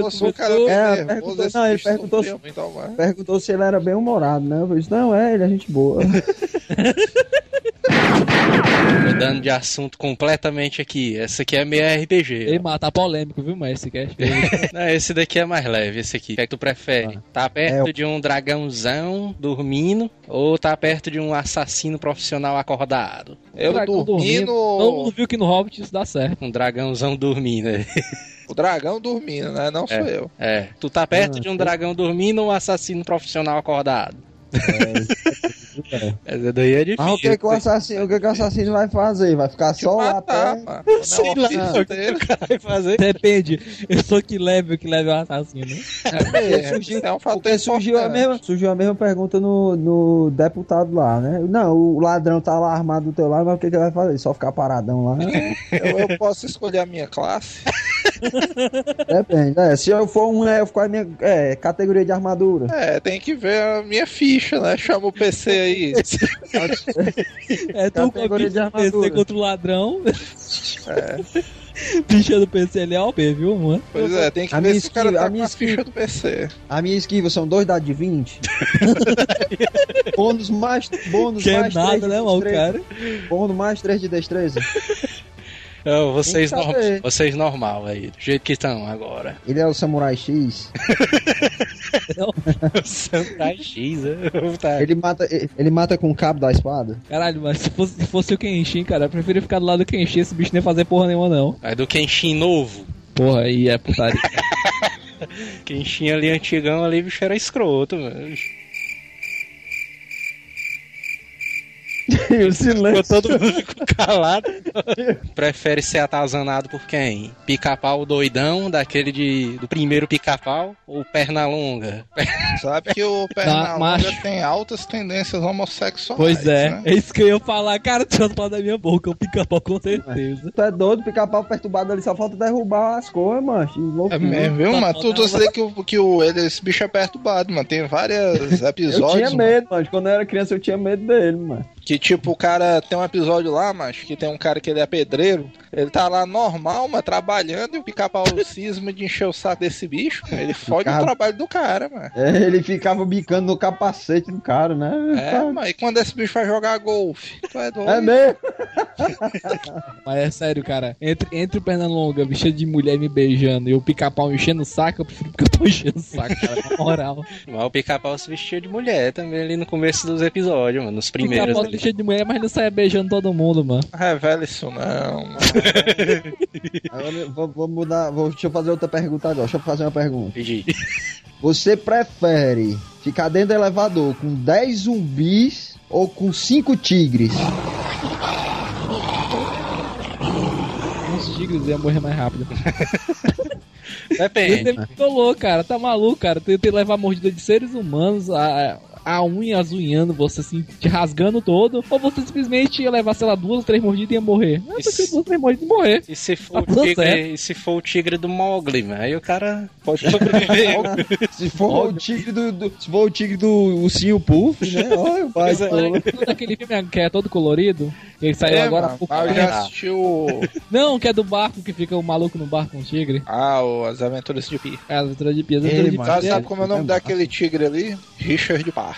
perguntou se ele era bem-humorado, né? Eu disse, não, ele é gente boa. Mudando de assunto completamente aqui. Essa aqui é meio RPG. Ele tá polêmico, viu, mas esse cast. Não, esse daqui é mais leve, esse aqui. O que é que tu prefere? Tá perto de um dragãozão dormindo ou tá perto de um assassino profissional acordado? Eu dormindo... Todo mundo viu que no Hobbit isso dá certo. Um dragãozão dormindo. O dragão dormindo, né? Não sou eu. Tu tá perto de um dragão dormindo ou um assassino profissional acordado? Essa daí é difícil. Mas o que o assassino vai fazer? Vai ficar só lá perto? Sei lá, o que o cara vai fazer. Depende. Eu sou que leva o assassino. Surgiu a mesma pergunta no deputado lá, né? Não, o ladrão tá lá armado do teu lado, mas o que ele vai fazer? Só ficar paradão lá? Eu posso escolher a minha classe? Depende, se eu for um elfo com a minha categoria de armadura. Tem que ver a minha ficha, né? Chama o PC aí. Tu categoria de armadura contra o ladrão. Ficha do PC ali é OP, viu, mano? Pois tem que ver se o cara tá com a ficha do PC. A minha esquiva são 2 dados de 20. bônus mais nada, 3 né, mano, cara? Bônus mais 3 de destreza. Não, vocês normal aí, do jeito que estão agora. Ele é o Samurai X. O Samurai X, Ele mata com o cabo da espada. Caralho, mas se fosse o Kenshin, cara, eu preferia ficar do lado do Kenshin, esse bicho nem fazer porra nenhuma, não. Aí do Kenshin novo. Porra, aí é putaria. Kenshin ali antigão ali, bicho era escroto, mano. O silêncio. Todo mundo ficou calado. Prefere ser atazanado por quem? Pica-pau doidão, do primeiro pica-pau, ou perna longa? Sabe que o perna longa tem altas tendências homossexuais. Pois é, né? É isso que eu ia falar. Cara, deixa eu falar da minha boca, o pica-pau com certeza. Tu é doido, pica-pau perturbado ali, só falta derrubar as coisas, macho. É mesmo, viu, mano? Tu sei que esse bicho é perturbado, mano. Tem vários episódios. Eu tinha medo, mano. Quando eu era criança eu tinha medo dele, mano. Que tipo, o cara tem um episódio lá, macho, que tem um cara que ele é pedreiro, ele tá lá normal, mas trabalhando, e o pica-pau cisma de encher o saco desse bicho, ele fode o trabalho do cara, mano. Ele ficava bicando no capacete do cara, né? Mas e quando esse bicho vai jogar golfe? Tu é doido? É mesmo? Mas é sério, cara, entre o perna longa vestido de mulher me beijando e o pica-pau enchendo o saco, eu prefiro o pica-pau enchendo o saco, cara, na moral. Mas o pica-pau se vestia de mulher também ali no começo dos episódios, mano, nos primeiros. Cheio de mulher, mas não saia beijando todo mundo, mano. Revela isso não. Agora vou mudar. Deixa eu fazer outra pergunta agora. Deixa eu fazer uma pergunta. Pedi. Você prefere ficar dentro do elevador com 10 zumbis ou com 5 tigres? tigres ia morrer mais rápido. Depende. Você ficou louco, cara. Tá maluco, cara. Tem que levar mordida de seres humanos, a unha azunhando você, assim, te rasgando todo, ou você simplesmente ia levar, sei lá, 2 ou 3 mordidas e ia morrer. Eu só tinha 2 ou 3 mordidas e morrer. E se for o tigre do Mowgli, né? Aí o cara pode sobreviver. Se for o tigre do ursinho Puff, né? Olha o pai Aquele filme que é todo colorido, que saiu agora há pouco. Eu já assisti o... Não, que é do barco, que fica o maluco no barco com o tigre. As Aventuras de Pi. As Aventuras de Pi. Sabe como é o nome daquele tigre ali? Richard Parker.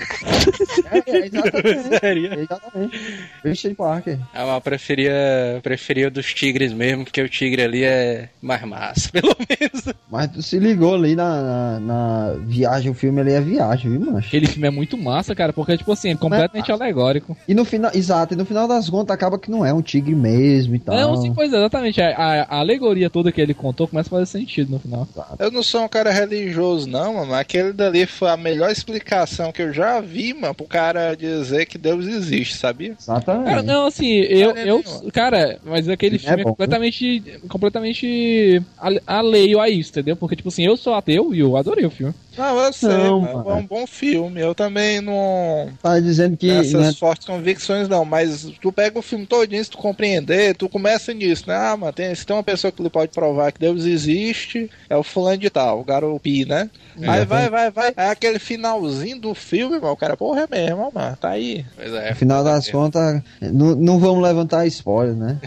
Exatamente. Richard Parker. Eu preferia dos tigres mesmo, porque o tigre ali é mais massa, pelo menos. Mas tu se ligou ali na viagem, o filme ali é viagem, viu, mancho? Aquele filme é muito massa, cara, porque, tipo assim, é completamente alegórico. E no final, exato, e no final das contas acaba que não é um tigre mesmo e tal. Não, sim, pois é, exatamente. A alegoria toda que ele contou começa a fazer sentido no final. Eu não sou um cara religioso, não, mano, mas aquele dali foi a melhor explicação que eu já vi, mano, pro cara dizer que Deus existe, sabia? Exatamente. Cara, não, assim, cara, mas aquele filme é completamente alheio a isso, entendeu? Porque, tipo assim, eu sou ateu e eu adorei o filme. Não, eu sei, mano, é um bom filme. Eu também não... Tá dizendo que... essas fortes convicções, não. Mas tu pega o filme todinho, se tu compreender, tu começa nisso, né? Ah, mano, se tem uma pessoa que lhe pode provar que Deus existe, é o fulano de tal, o Garopi, né? Aí vai. Aí aquele finalzinho do filme, mano, o cara, porra, é mesmo, mano, tá aí. Pois é. No final das contas, não vamos levantar spoiler, né?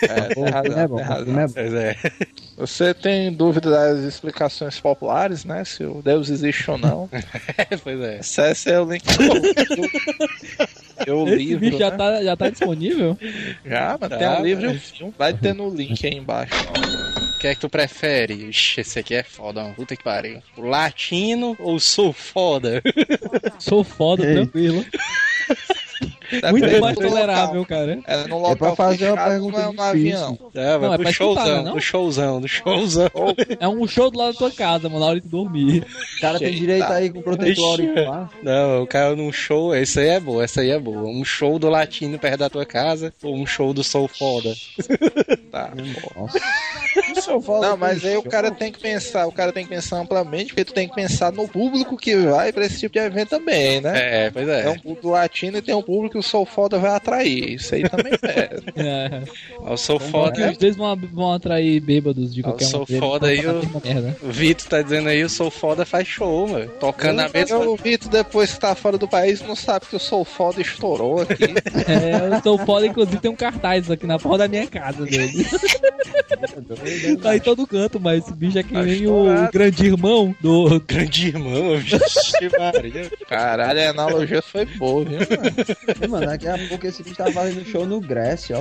Pois é. Você tem dúvida das explicações populares, né? Se o Deus existe ou não. Pois é. Acesse o link do livro. Bicho já tá disponível? Já, mas tem o livro e o filme. Vai ter no link aí embaixo. O que é que tu prefere? Ixi, esse aqui é foda, mano. Puta que pariu. O latino ou sou foda? Sou foda, tranquilo. Muito mais tolerável, cara. É no local pra fazer fechado, uma pergunta não é no avião. Vai pra pro showzão, do showzão. É um show do lado da tua casa, mano, na hora de dormir. O cara tem direito aí com protetor auricular. Não, o cara num show, essa aí é boa. Um show do latino perto da tua casa ou um show do Sou Foda. Tá. Nossa. Não, mas aí o cara tem que pensar amplamente, porque tu tem que pensar no público que vai pra esse tipo de evento também, né? Pois é. Tem um público latino e tem um público que o Sou Foda vai atrair. Isso aí também é. O Sou Foda. Os dois vão atrair bêbados de qualquer maneira. O Sou Foda aí, o Vitor tá dizendo aí, o Sou Foda faz show, mano. Tocando na mesma. O Vitor, depois que tá fora do país, não sabe que o Sou Foda estourou aqui. O Sou Foda, inclusive, tem um cartaz aqui na porta da minha casa dele. Tá em todo canto, mas esse bicho é que nem o grande irmão do... Grande irmão? Vixe, Maria. Caralho, a analogia foi boa, viu, mano? Mano, daqui a pouco esse bicho tá fazendo show no Grécia, ó.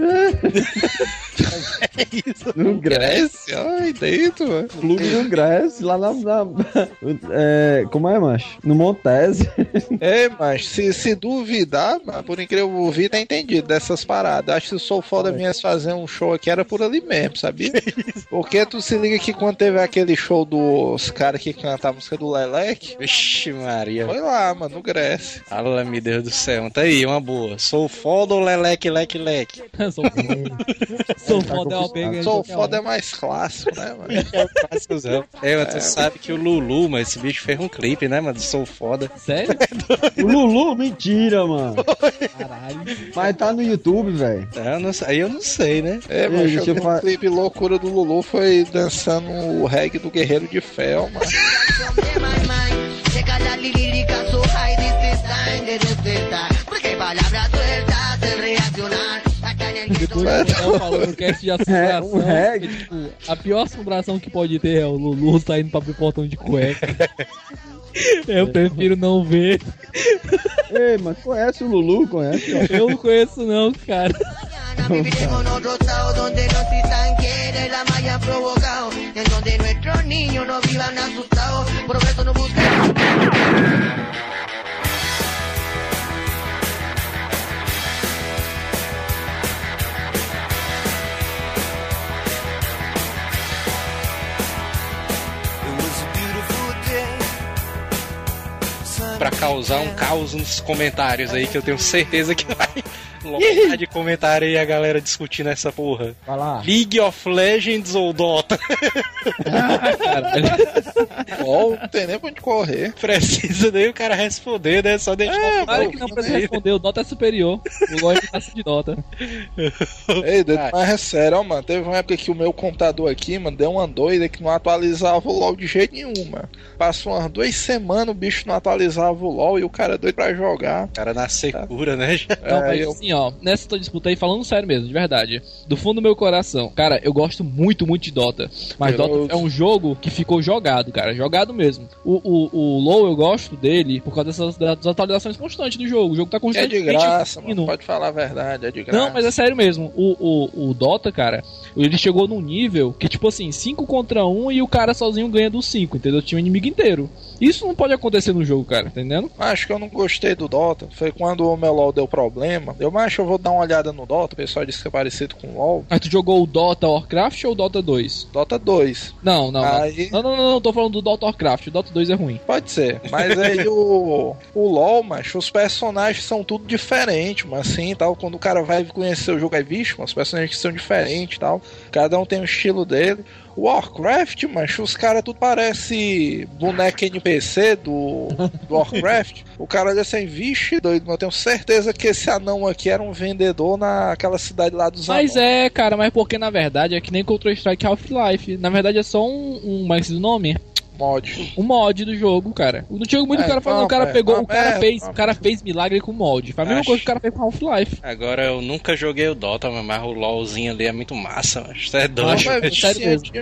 É isso. No Grécia? Ai, dentro, mano. Clube no Grécia, lá na como é, macho? No Montese. Mas se duvidar, mano, por incrível que eu vi, tá entendido dessas paradas. Acho que se o Sou Foda viesse fazer um show aqui, era por ali mesmo, sabia? Porque tu se liga que quando teve aquele show dos caras que cantavam a música do Leleque, vixe Maria, foi lá, mano, no Grécia. Fala, meu Deus do céu. Tá aí, uma boa. Sou Foda ou Leleque, leque, leque? Sou Foda é uma pega. Sou Foda é mais clássico, né, mano? É clássicozão. Mas tu sabe que o Lulu, mas esse bicho fez um clipe, né, mano? Sou Foda. Sério? O Lulu? Mentira, mano. Caralho. Mas tá no YouTube, velho. Aí eu não sei, né? Mas o clipe loucura do Lulu foi dançando o reggae do Guerreiro de Fel, mano. Depois eu falando no cast de assombração, tipo, a pior assombração que pode ter é o Lulu saindo pra abrir portão de cueca. Eu prefiro não ver. Ei, mas conhece o Lulu? Conhece? Ó. Eu não conheço não, cara. Viviremos en otro estado donde no existan quienes la hayan provocado, en donde nuestros niños no vivan asustados, por eso no buscan. Pra causar um caos nos comentários aí, que eu tenho certeza que Local de comentário aí a galera discutindo essa porra. Vai lá. League of Legends ou Dota? LOL, não tem nem pra onde correr. Precisa nem o cara responder, né? Só deixar Claro que não precisa responder, o Dota é superior. O LoL é imitação de Dota. Ei, mas é sério, ó, mano. Teve uma época que o meu computador aqui, mano, deu uma doida que não atualizava o LOL de jeito nenhum, mano. Passou umas 2 semanas, o bicho não atualizava o LOL e o cara é doido pra jogar. O cara na secura, né? Não, mas assim, ó, nessa tua disputa aí, falando sério mesmo, de verdade, do fundo do meu coração, cara, eu gosto muito de Dota. Mas Dota é um jogo que ficou jogado, cara, jogado mesmo. O LoL eu gosto dele por causa das atualizações constantes do jogo. O jogo tá É constantemente. de graça, mano. Pode falar a verdade, é de graça. Não, mas é sério mesmo. O Dota, cara, ele chegou num nível que, tipo assim, 5 contra 1 e o cara sozinho ganha dos 5, entendeu? Tinha um inimigo inteiro. Isso não pode acontecer no jogo, cara, entendendo? Acho que eu não gostei do Dota. Foi quando o meu LoL deu problema. Eu acho que eu vou dar uma olhada no Dota. O pessoal disse que é parecido com o LoL. Mas tu jogou o Dota Warcraft ou o Dota 2? Dota 2. Não. Aí... Não, tô falando do Dota Warcraft. O Dota 2 é ruim. Pode ser. Mas aí o LoL, macho, os personagens são tudo diferentes, mas assim, tal. Quando o cara vai conhecer o jogo, aí, bicho, os personagens são diferentes, tal. Cada um tem um estilo dele. O Warcraft, macho, os caras tudo parece boneco NPC do Warcraft. O cara olha assim, vixe, doido, eu tenho certeza que esse anão aqui era um vendedor naquela cidade lá dos Mas anões. cara, mas porque na verdade é que nem Counter-Strike Half-Life. Na verdade é só mais o nome? Mod. Um mod do jogo, cara. Não tinha muito o cara falando, o cara pegou, o cara fez milagre com mod. Foi a mesma coisa que o cara fez com Half-Life. Agora eu nunca joguei o Dota, mas o LoLzinho ali é muito massa, mas isso é doido. Sério mesmo.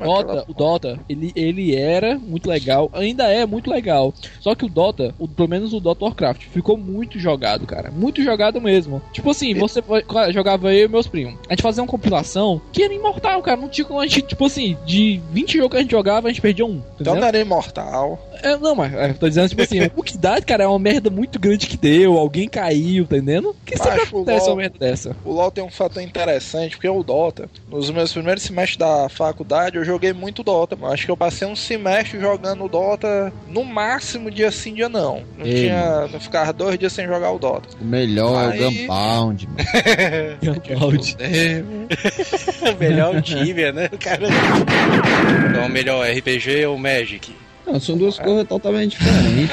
O Dota, ele era muito legal, ainda é muito legal. Só que o Dota, pelo menos o Dota Warcraft, ficou muito jogado, cara. Muito jogado mesmo. Tipo assim, você jogava eu e meus primos. A gente fazia uma compilação que era imortal, cara. Não tinha como a gente, tipo assim, de 20 jogos que a gente jogava, a gente perdia um. Então não era imortal. Não, mas tô dizendo, tipo assim, o que dá, cara, é uma merda muito grande que deu, alguém caiu, tá entendendo? Que sempre acontece uma merda dessa. O LoL tem um fator interessante, porque o Dota, nos meus primeiros semestres da faculdade, eu joguei muito Dota, mas acho que eu passei um semestre jogando Dota, no máximo dia sim, dia não. Não ficava 2 dias sem jogar o Dota. O melhor é o Gunbound, mano. Gunbound. O melhor Tibia, né? O cara... Então, o melhor RPG ou Magic? Não, são duas coisas totalmente diferentes.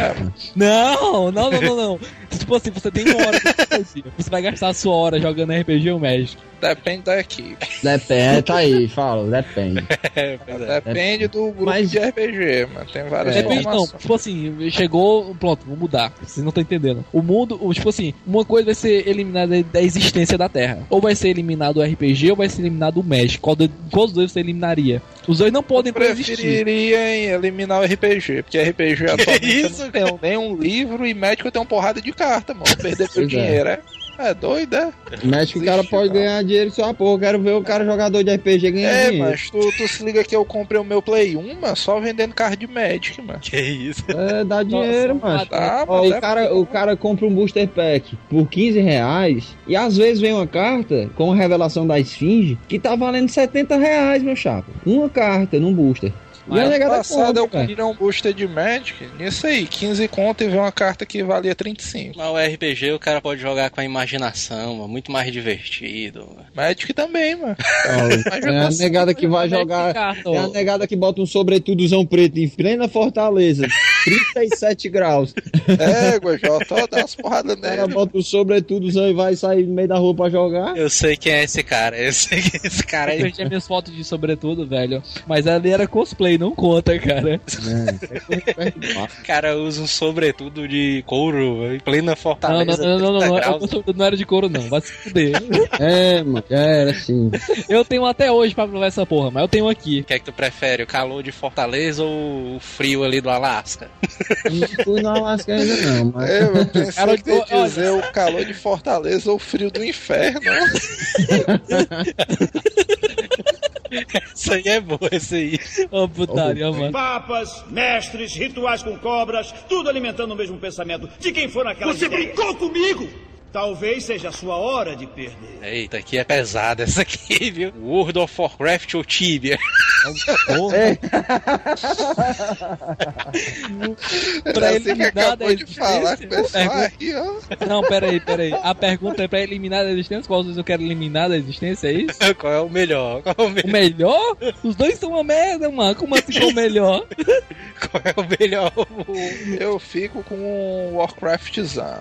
Não. Tipo assim, você tem uma hora pra você vai gastar a sua hora jogando RPG ou Magic? Depende da equipe. Depende, tá aí, fala, depende. Depende do grupo de RPG, mano. Tem várias formações. Não, tipo assim, chegou, pronto, vou mudar. Vocês não estão entendendo. O mundo, tipo assim, uma coisa vai ser eliminada da existência da Terra. Ou vai ser eliminado o RPG ou vai ser eliminado o Magic. Qual dos dois você eliminaria? Os dois não podem coexistir. Eu preferiria eliminar o RPG, porque RPG atualmente não tem nenhum livro e Magic eu tenho uma porrada de carta, mano. Perder meu dinheiro, é doido, é? Magic o cara pode ganhar dinheiro só, pô. Eu quero ver o cara jogador de RPG ganhar dinheiro. Mas tu se liga que eu comprei o meu Play 1, mano, só vendendo card de Magic, mano. Que isso? Dá dinheiro, mano. Tá, o cara compra um booster pack por R$15 e às vezes vem uma carta com a revelação da Esfinge que tá valendo R$70, meu chapa. Uma carta num booster. E ano passado eu comprei um booster de Magic, nisso aí, 15 conto e veio uma carta que valia 35. Mas o RPG o cara pode jogar com a imaginação, mano, muito mais divertido. Mano. Magic também, mano. É a negada que vai jogar, é a negada que bota um sobretudozão preto em plena Fortaleza, 37 graus. Guajó, dá umas porradas nele. O cara bota um sobretudozão e vai sair no meio da rua pra jogar. Eu sei quem é esse cara, aí. Eu perdi minhas fotos de sobretudo, velho, mas ali era cosplay. Não conta, cara. O cara usa um sobretudo de couro em plena Fortaleza. Não era de couro, não. Vai se fuder. Mano, era assim. Eu tenho até hoje pra provar essa porra, mas eu tenho aqui. O que é que tu prefere? O calor de Fortaleza ou o frio ali do Alasca? Não fui no Alasca ainda, não. Mas... Eu pensei que ia dizer o calor de Fortaleza ou o frio do inferno. Isso aí é bom, esse aí. Ô, putaria, mano. Papas, mestres, rituais com cobras, tudo alimentando o mesmo pensamento. De quem for naquela Você brincou comigo? Talvez seja a sua hora de perder. Eita, aqui é pesada essa aqui, viu? World of Warcraft ou Tibia? Pra Você que eliminar da acabou de falar que o pessoal existência. aí, ó. Não, peraí. A pergunta é pra eliminar da existência? Qual vocês eu quero eliminar da existência, é isso? Qual é o melhor? Qual é o melhor? O melhor? Os dois são uma merda, mano. Como assim que é o melhor? Qual é o melhor? Eu fico com o Warcraftzão.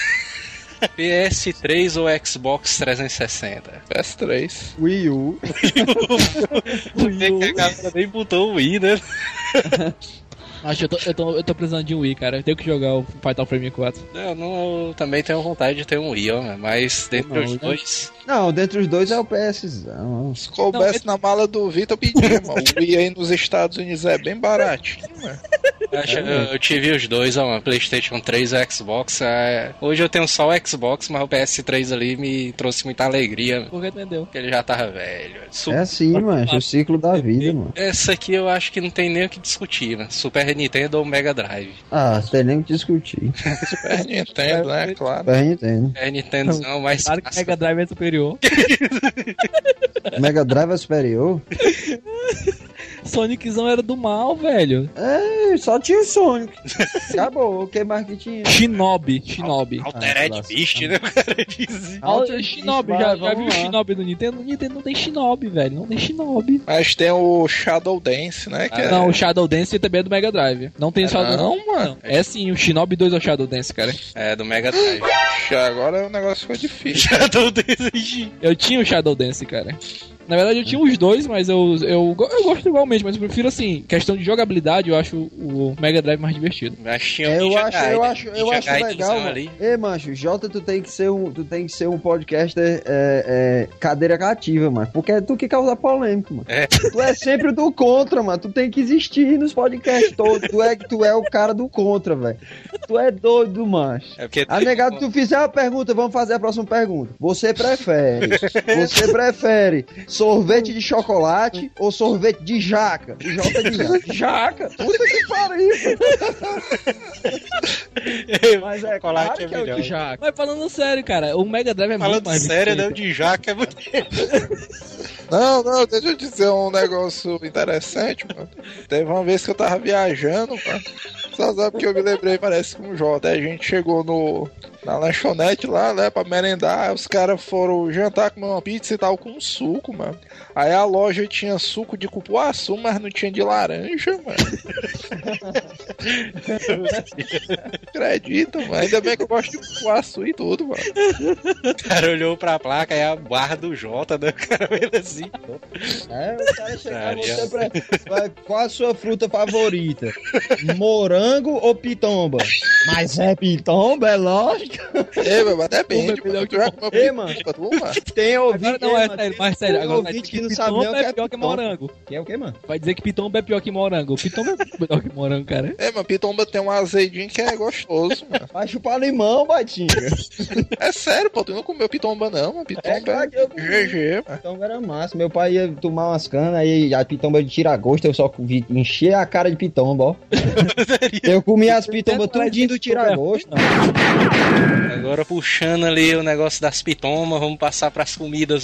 PS3 ou Xbox 360? PS3. Wii U. Tem que a galera nem botou o Wii, né? Acho que eu tô precisando de um Wii, cara. Eu tenho que jogar o Fatal Frame 4. Eu também tenho vontade de ter um Wii, ó, mas dentre os dois... Não, dentre os dois é o PSzão. Se coubesse na mala do Vitor, eu pedia, mano. O Wii aí nos Estados Unidos é bem baratinho, mano. Eu tive os dois, ó, PlayStation 3 e Xbox. Hoje eu tenho só o Xbox, mas o PS3 ali me trouxe muita alegria. Por que entendeu? Porque ele já tava velho. É assim, mano. O ciclo da vida, mano. Essa aqui eu acho que não tem nem o que discutir, mano. Super Nintendo ou Mega Drive? Ah, tem nem o que discutir. Super Nintendo, né? Claro. Super Nintendo. Super Nintendo não, mas... Claro que Mega Drive é superior. Mega Drive é superior? Soniczão era do mal, velho. É, só tinha o Sonic. Acabou, o que mais que tinha? Shinobi. Altered Beast, né? O cara dizia. Shinobi, já viu o Shinobi do Nintendo? No Nintendo não tem Shinobi, velho. Não tem Shinobi. Mas tem o Shadow Dance, né? Que Não, o Shadow Dance também é do Mega Drive. Não tem Shadow Dance. Não, mano. É sim, o Shinobi 2 é o Shadow Dance, cara. É, do Mega Drive. Agora o negócio ficou difícil. Shadow Dance. Eu tinha o Shadow Dance, cara. Na verdade eu tinha os dois, mas eu gosto igualmente, mas eu prefiro assim, questão de jogabilidade, eu acho o Mega Drive mais divertido. Mas tinha eu acho legal, mano. ali. Ei, macho, Jota, tu tem que ser um podcaster cadeira cativa, mano. Porque é tu que causa polêmica, mano. É. Tu é sempre do contra, mano. Tu tem que existir nos podcasts todos. Tu é o cara do contra, velho. Tu é doido, macho. É porque A negado, tu fizer uma pergunta, vamos fazer a próxima pergunta. Você prefere sorvete de chocolate ou sorvete de jaca? O Jota de jaca. Puta que pariu. Mas é claro que é o de jaca. Mas falando sério, cara, o Mega Drive é muito mais sério, né? O de jaca é muito... Não, deixa eu dizer um negócio interessante, mano. Teve uma vez que eu tava viajando, mano. Só sabe que eu me lembrei, parece com o Jota. Aí a gente chegou na lanchonete lá, né, pra merendar. Os caras foram jantar, comer uma pizza e tal, com suco, mano. Aí a loja tinha suco de cupuaçu, mas não tinha de laranja, mano. Acredita, mano. Ainda bem que eu gosto de cupuaçu e tudo, mano. O cara olhou pra placa e a barra do Jota, né? O cara veio assim. O cara chegou qual a sua fruta favorita? Morango ou pitomba? Mas é pitomba, é lógico. Mas depende. Mano. Tem ouvinte, mas sério, agora vai que não sabe nem o que é pior que morango. Que é o que, mano? Vai dizer que pitomba é pior que morango. Pitomba é pior que morango, cara. Mas pitomba tem um azedinho que é gostoso, mano. Vai chupar limão, batinha. É sério, pô, tu não comeu pitomba não, mano. Pitomba é GG, mano. Pitomba era massa. Meu pai ia tomar umas canas, aí a pitomba de tira-gosto, eu só encher a cara de pitomba, ó. Eu comi as pitombas tudinho do tira-gosto. Agora puxando ali o negócio das pitomas, vamos passar pras comidas.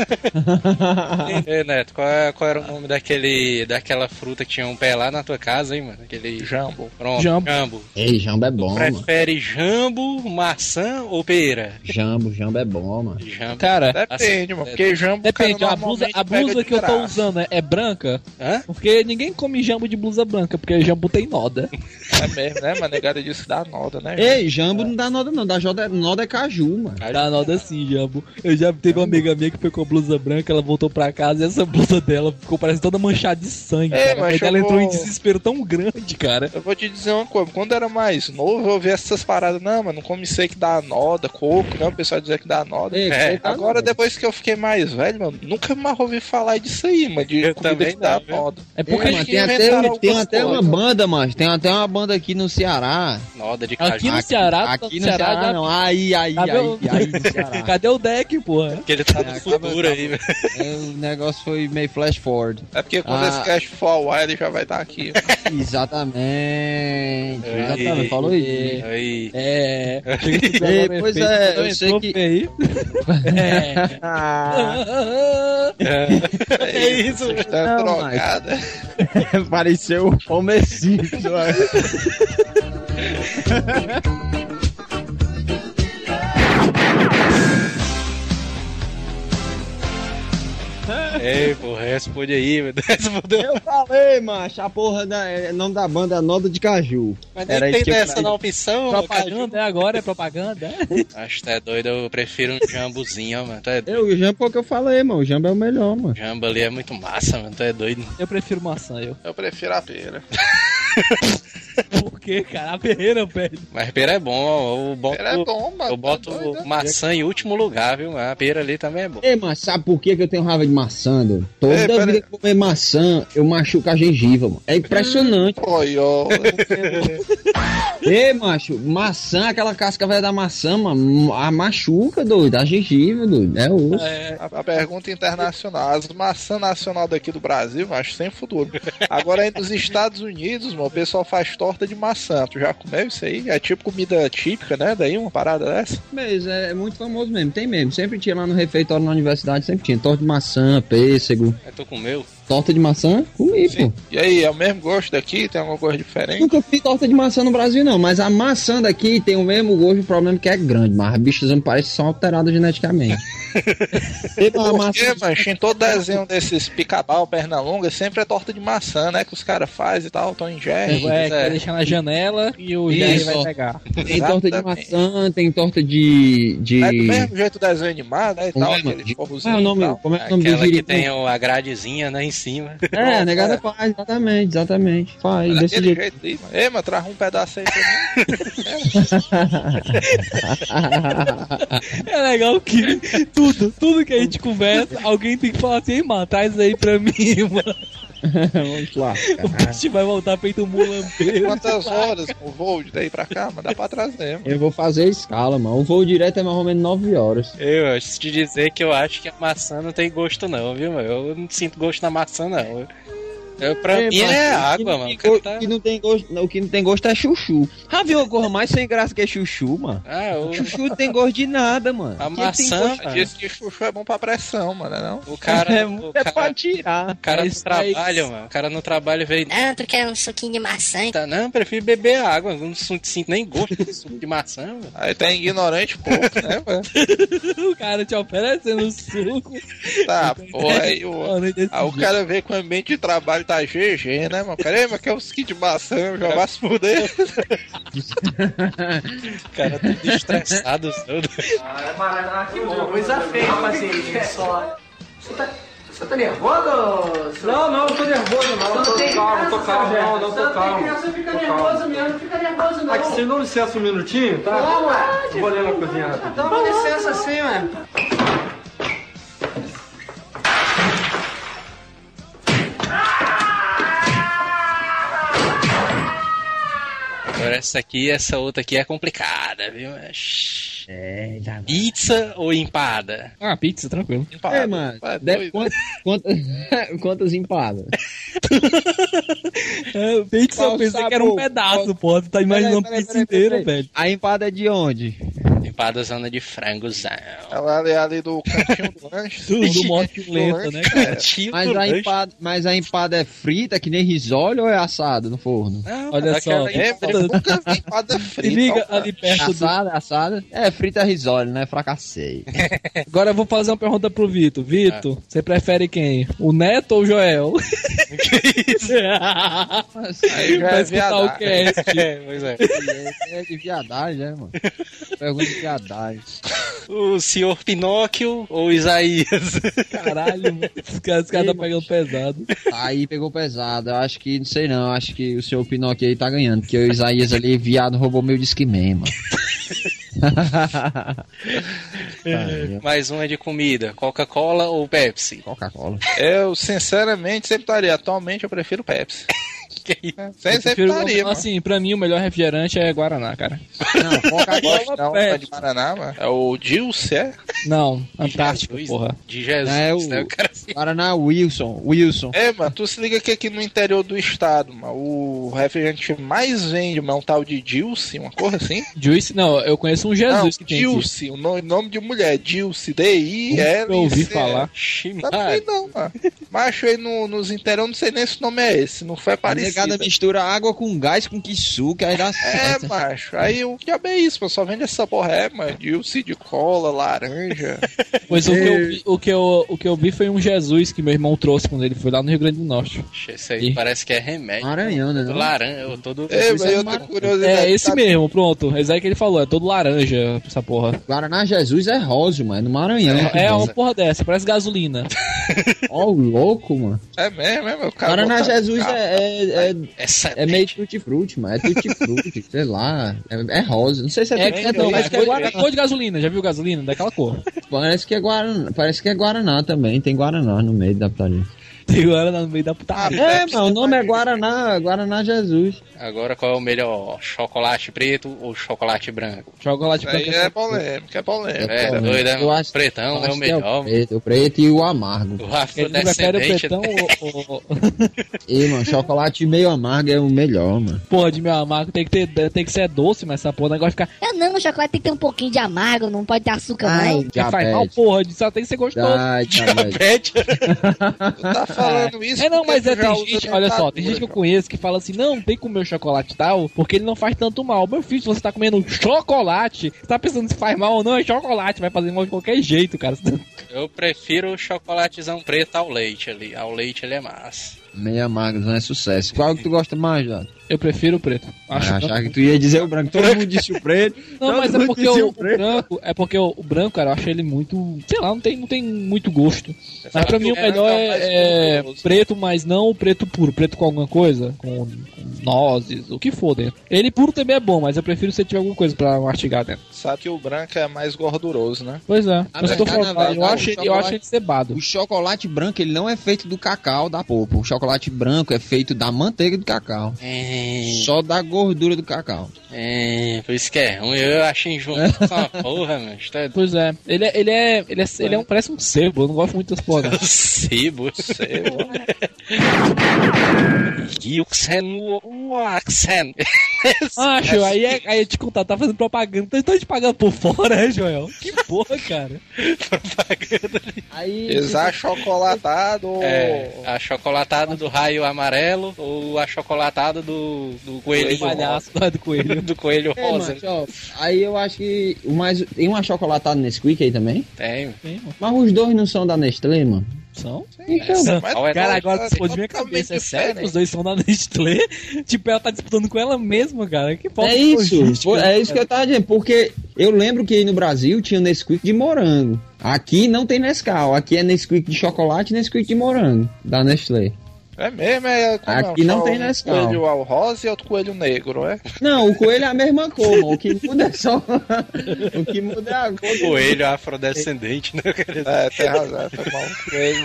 Ei, Neto, qual era o nome daquela fruta que tinha um pé lá na tua casa, hein, mano? Aquele jambo. Pronto, jambo. Ei, jambo é bom, Prefere jambo, maçã ou pera? Jambo é bom, mano. Jambo. Cara, depende, mano. Porque jambo, depende, a blusa que eu tô usando é branca? Hã? Porque ninguém come jambo de blusa branca, porque jambo tem noda. É mesmo, né, mano? Negada disso dá noda, né? Ei, jambo não dá noda, não. Noda é caju, mano. Dá noda sim, jambo. Eu já teve uma amiga minha que foi com a blusa branca, ela voltou pra casa e essa blusa dela ficou parece toda manchada de sangue. Mas ela entrou em desespero tão grande, cara. Eu vou te dizer uma coisa, quando eu era mais novo, eu ouvia essas paradas, não, mano, não come isso aí que dá noda, coco, não, o pessoal dizia que dá noda. Agora, depois que eu fiquei mais velho, mano, nunca mais ouvi falar disso aí, mano, de comida que dá noda. É porque tem até uma banda, mano, tem até uma banda aqui no Ceará. Noda de caju. Aqui no Ceará, aqui no Ceará não, aí no Ceará. Cadê o deck, porra? Porque ele tá no futuro aí, velho. O negócio foi meio flash forward. É porque quando esse cast for a while, ele já vai estar aqui. Exatamente. exatamente, falou isso. Aí. Pois é, eu sei que... É isso. Tá drogada. Pareceu o Palmecito. Ei, porra, responde aí, meu Deus. Eu falei, macho, a porra é nome da banda é Noda de Caju. Mas nem tem dessa na opção, propaganda, agora é propaganda. Acho que tá doido, eu prefiro um jambuzinho, mano. Tá doido. O jambo é o que eu falei, mano. O jambo é o melhor, mano. O jambo ali é muito massa, mano. Tu é doido. Eu prefiro maçã, Eu prefiro a pera. Por que, cara? A pera, velho. Mas pera é bom, Pera é bom, mano. Eu boto maçã em último lugar, viu? A pera ali também é bom. Ei, mas sabe por que eu tenho raiva de maçã, doido? Toda vida que eu comer maçã, eu machuco a gengiva, mano. É impressionante. Ei, macho, maçã, aquela casca velha da maçã, mano, a machuca, doido, a gengiva, doido, é osso. A pergunta internacional, as maçãs nacional daqui do Brasil, acho sem futuro. Agora aí nos Estados Unidos, mano, o pessoal faz torta de maçã, tu já comeu isso aí? É tipo comida típica, né, daí uma parada dessa? Mas é muito famoso mesmo, tem mesmo, sempre tinha lá no refeitório na universidade, sempre tinha torta de maçã, pêssego. Tu comeu? Torta de maçã? Comi, sim, pô. E aí, é o mesmo gosto daqui? Tem alguma coisa diferente? Nunca fiz torta de maçã no Brasil, não. Mas a maçã daqui tem o mesmo gosto, o problema é que é grande. Mas as bichas não parecem que são alteradas geneticamente. Porque, mancha, em todo desenho desses pica-pau, perna longa, sempre é torta de maçã, né? Que os caras fazem e tal, Tom e Jerry. Vai deixar na janela e o Jerry vai pegar. Tem torta de maçã, tem torta de... É do mesmo jeito do desenho animado, né? E tal, aquele forrozinho. Como é o nome do aquela que tem a gradezinha, né, em cima. A negada faz, exatamente. Faz, desse jeito. Ei, mas traz um pedaço aí pra mim. É legal que tudo que a gente conversa, alguém tem que falar assim, ei, mano, traz aí pra mim, mano. Vamos lá. O bicho vai voltar feito um mulambeiro. Quantas horas o voo daí pra cá? Mas dá pra trazer, mano. Eu vou fazer escala, mano. O voo direto é mais ou menos 9 horas. Eu acho te dizer que eu acho que a maçã não tem gosto não, viu, mano? Eu não sinto gosto na maçã, não. Pra mim é água, mano. O que não tem gosto é chuchu. Já viu uma coisa mais sem graça que é chuchu, mano? Chuchu não tem gosto de nada, mano. A maçã diz que chuchu é bom pra pressão, mano, não? O cara pra tirar. O cara no trabalho, mano. O cara no trabalho veio... Não, tu quer um suquinho de maçã? Tá, não, prefiro beber água. Não sinto nem gosto de suco de maçã, mano. Aí tá ignorante pouco, né, mano? O cara te oferecendo suco. Tá, pô, aí o cara vê com o ambiente de trabalho tá GG, né, mano? Cara, mas quer um suquinho de maçã, já vai se fuder. O cara tudo estressado, todo. Que bom, coisa feia fazer isso só. Você tá nervoso? Não tô nervoso não. Tô calmo, tô calmo. Não tô calmo. Você fica nervoso mesmo, não fica nervoso não. Aqui, você não licença um minutinho, tá? Não, ué. Vou ali na cozinha rapidinho. Dá uma licença assim, ué. Agora essa outra aqui é complicada, viu? Pizza ou empada? Pizza, tranquilo. Empada. Mano, quantas empadas? Pizza, eu pensei que era um pedaço, pô. Tu tá imaginando uma pizza inteira, velho. A empada é de onde? Empada zona de frangozão. Ela é ali do cantinho do lanche. do mote lento, né, cara? Mas a empada é frita, que nem risole, ou é assada no forno? Não, olha só. Eu nunca vi empada frita. Se liga ali perto assada. É, frita é risole, né? Fracassei. Agora eu vou fazer uma pergunta pro Vitor. Vitor, você prefere quem? O Neto ou o Joel? Que isso? Aí já é viadagem. Pois é. É de viadagem, né, mano? Pergunta de viadagem. O senhor Pinóquio ou Isaías? Caralho, mano. Os caras tá pegando pesado. Aí pegou pesado. Eu acho que, não sei não, eu acho que o senhor Pinóquio aí tá ganhando. Porque o Isaías ali, viado, roubou meu disque mesmo, mano. Mais uma de comida, Coca-Cola ou Pepsi? Coca-Cola. Eu, sinceramente, sempre estaria. Atualmente eu prefiro Pepsi. Que isso? Sempre estaria. Assim, pra mim o melhor refrigerante é Guaraná, cara. Não, Coca-Cola de Guaraná, mano. É o Dilce, é? Não, Antártica, porra. De Jesus, né? O cara Guaraná Wilson. É, mano, tu se liga que aqui no interior do estado, mano, o refrigerante que mais vende, mano, é um tal de Dilce, uma coisa assim. Juice, não, eu conheço um Jesus que tem aqui. Dilce, o nome de mulher, Dilce, D-I-L-C. Eu ouvi falar. Também não, mano. Macho aí nos interior, não sei nem se o nome é esse, não foi A parecido. negada mistura água com gás, com que aí dá certo. Macho, aí o diabo é isso, mano, só vende essa porra, mano, Dilce de cola, laranja. Pois o que eu vi foi um Jesus que meu irmão trouxe quando ele foi lá no Rio Grande do Norte. Esse aí parece que é remédio. Maranhão, né? Todo laranja, todo... Eu tô curiosidade. É esse mesmo, pronto. Esse aí que ele falou, é todo laranja, essa porra. Guaraná Jesus é rosa, mano, é no Maranhão. É uma porra dessa, parece gasolina. Ó, louco, mano. É mesmo, meu cara. Guaraná Jesus é meio tutti-frutti, mano. É tutti-frutti, sei lá. É rosa. Não sei se é tutti-frutti, não. Parece que é Guaraná. É cor de gasolina, já viu gasolina? Daquela cor. Parece que é Guaraná também. Tem Guaraná no meio da putaria. Tem Guaraná no meio da putaria. Mano, o nome é Guaraná Jesus. Agora qual é o melhor? Chocolate preto ou chocolate branco? Chocolate branco é polêmico, é polêmico. É doido, Eu acho, pretão é o melhor. O preto e o amargo. O afrodescendente. E, mano, chocolate meio amargo é o melhor, mano. Porra, de meio amargo tem que ser doce, mas essa porra o negócio fica... Não, o chocolate tem que ter um pouquinho de amargo, não pode ter açúcar, não. Que faz mal, porra, só tem que ser gostoso. Diabetes. Tá falando isso? Não, mas tem gente, olha só, tem gente que eu conheço que fala assim, não tem que comer o chocolate tal, porque ele não faz tanto mal. Meu filho, se você tá comendo chocolate, você tá pensando se faz mal ou não, é chocolate, vai fazer mal de qualquer jeito, cara. Eu prefiro o chocolatezão preto ao leite ali. Ao leite ele é massa. Meio amargo, não é sucesso. Qual que tu gosta mais, Jado? Eu prefiro o preto. Achava que tu ia dizer o branco. Todo mundo disse o preto. Não, mas é porque o branco. É porque o branco, cara, eu acho ele muito. Sei lá, não tem muito gosto. Mas pra mim o melhor é preto, mas não o preto puro. Preto com alguma coisa. Com nozes, o que for dentro. Ele puro também é bom, mas eu prefiro se tiver alguma coisa pra mastigar dentro. Sabe que o branco é mais gorduroso, né? Pois é. Mas eu tô falando, eu acho ele cebado. O chocolate branco, ele não é feito do cacau da polpa. O chocolate branco é feito da manteiga do cacau. Só da gordura do cacau. Por isso que é ruim. Eu achei enjoado essa porra, mano. Pois é. Ele parece um sebo. Eu não gosto muito das porras. Sebo. Acho, aí te contar, tá fazendo propaganda. Então te pagando por fora, né, Joel? Que porra, cara. Propaganda ali. Achocolatado. Achocolatado do raio amarelo ou achocolatado do coelho palhaço, do coelho. Do coelho rosa. Mas, ó, aí eu acho que tem um achocolatado nesse Quick aí também? Tem. Mas os dois não são da Nestlé, mano? São? Então, cara, agora explodiu minha cabeça. É sério que os dois são da Nestlé? Tipo, ela tá disputando com ela mesma, cara. Que falta é isso que eu tava dizendo. Porque eu lembro que aí no Brasil tinha Nesquik de morango. Aqui não tem Nescau. Aqui é Nesquik de chocolate e Nesquik de morango, da Nestlé. É mesmo, aqui não tem Nescau. Um coelho ao rosa e outro coelho negro, é? Não, o coelho é a mesma cor, mano. O que muda é só... o que muda é a cor. Coelho afrodescendente, né? Tem razão, foi mal. Coelho,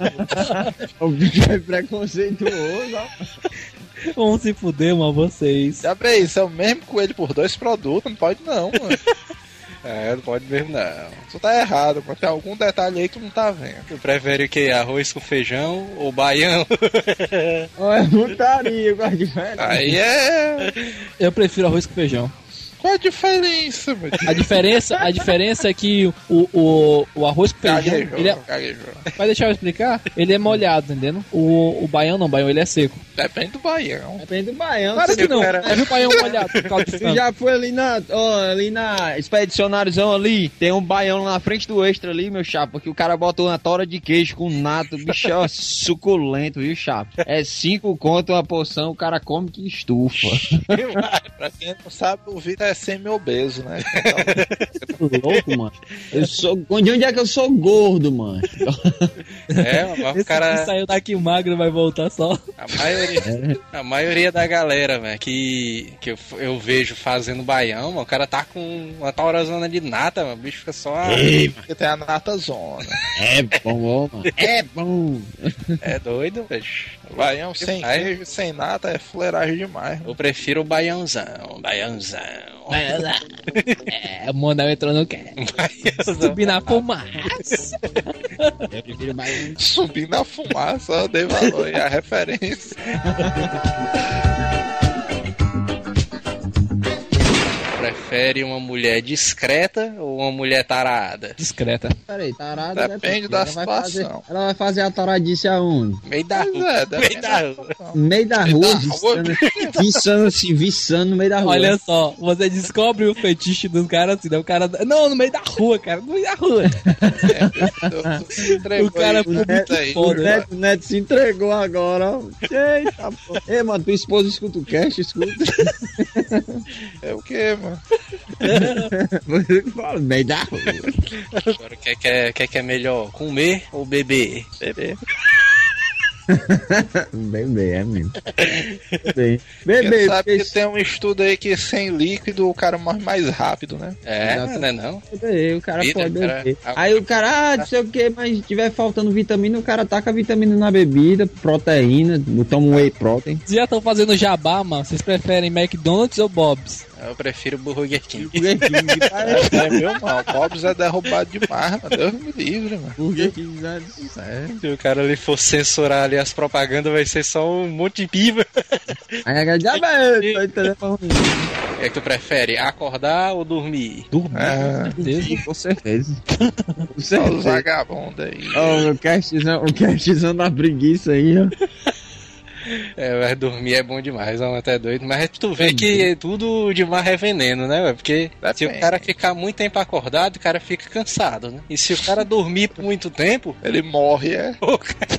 o bicho é preconceituoso, ó. Vamos se fuder, mano, vocês. Já bem, isso é o mesmo coelho por dois produtos, não pode não, mano. Não pode mesmo não. Tu tá errado, mas tem algum detalhe aí que tu não tá vendo. Tu prefere o que? Arroz com feijão ou baião? É putaria, eu gosto de velho. Aí é... Eu prefiro arroz com feijão. Qual a diferença, meu Deus? A diferença é que o arroz com feijão... Gaguejou. Vai deixar eu explicar? Ele é molhado, entendendo? O baião não, ele é seco. Depende do baião. Depende do baião. Claro que não. É o baião molhado por causa de frango. Já foi ali na expedicionáriozão ali, tem um baião lá na frente do extra ali, meu chapa, que o cara botou uma tora de queijo com nato, bicho, ó, suculento, viu, chapa? É 5 conto uma porção, o cara come que estufa. Pra quem não sabe, o Vitor é semi-obeso, né? Louco, mano. De onde é que eu sou gordo, mano? Mas o cara saiu daqui magro, vai voltar só. A maioria da galera, velho, que eu vejo fazendo baião, mano, o cara tá com uma taurazona de nata, mano, o bicho fica só... Porque tem a nata zona. É bom, mano. É bom. É doido, bicho. Baião sem queijo, sem nata, é fuleiragem demais. Eu prefiro o baiãozão. Baiãozão. O Manel entrou no quê? Subir na fumaça. Eu prefiro mais. Subir na fumaça, eu dei valor e a referência. Prefere uma mulher discreta ou uma mulher tarada? Discreta. Peraí, tarada. Depende da situação. Ela vai fazer a taradice aonde? Meio da rua. Meio da rua. No meio da rua, viçando no meio da rua. Olha só, você descobre o fetiche dos caras assim, né? O cara. Não, no meio da rua, cara. No meio da rua. O cara ficou muito foda. O Neto se entregou agora, ó. Eita, pô. Ei, mano, tua esposa escuta o cast, escuta. É o que, mano? Você que fala, no meio da rua. Agora, o que é melhor? Comer ou beber? Beber. Bebê, é mesmo. Bebê, sabe que tem um estudo aí que sem líquido o cara morre mais rápido, né? Não é não? Bebê, o cara pode beber. Aí o cara, não sei o que, mas se tiver faltando vitamina, o cara taca a vitamina na bebida, proteína, toma um whey protein. Vocês já estão fazendo jabá, mano? Vocês preferem McDonald's ou Bob's? Eu prefiro Burger King. É meu mal, Bob's é derrubado demais, mano. Deus me livre, mano. Burger King é Se o cara ali for censurar ali as propagandas, vai ser só um monte de piva. Aí a galera já O que é que tu prefere? Acordar ou dormir? Dormir, com certeza. Só os vagabundos aí. Ó, o castzão da preguiça aí, ó. Mas dormir é bom demais, ó, até doido. Mas tu vê que tudo demais é veneno, né, velho? Porque se o cara ficar muito tempo acordado, o cara fica cansado, né? E se o cara dormir por muito tempo, ele morre, o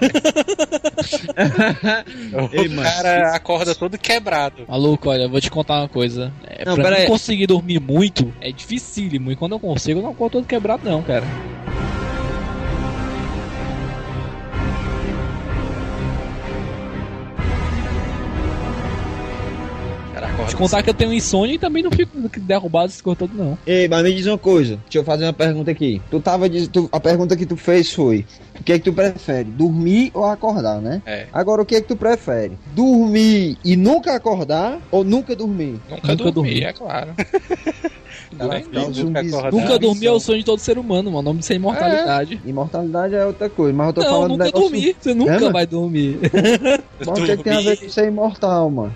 cara acorda todo quebrado. Maluco, olha, eu vou te contar uma coisa. Pra não conseguir dormir muito, é dificílimo. E quando eu consigo, eu não acordo todo quebrado, não, cara. Te contar que eu tenho insônia e também não fico derrubado esse corpo todo, não. Ei, mas me diz uma coisa. Deixa eu fazer uma pergunta aqui. A pergunta que tu fez foi: o que é que tu prefere? Dormir ou acordar, né? Agora, o que é que tu prefere? Dormir e nunca acordar ou nunca dormir? Nunca dormir, é claro. Nunca dormir é o sonho de todo ser humano, mano. O nome disso é imortalidade. Imortalidade é outra coisa, mas eu tô falando nunca dormir. Você nunca vai dormir. Mas o que tem a ver com ser imortal, mano?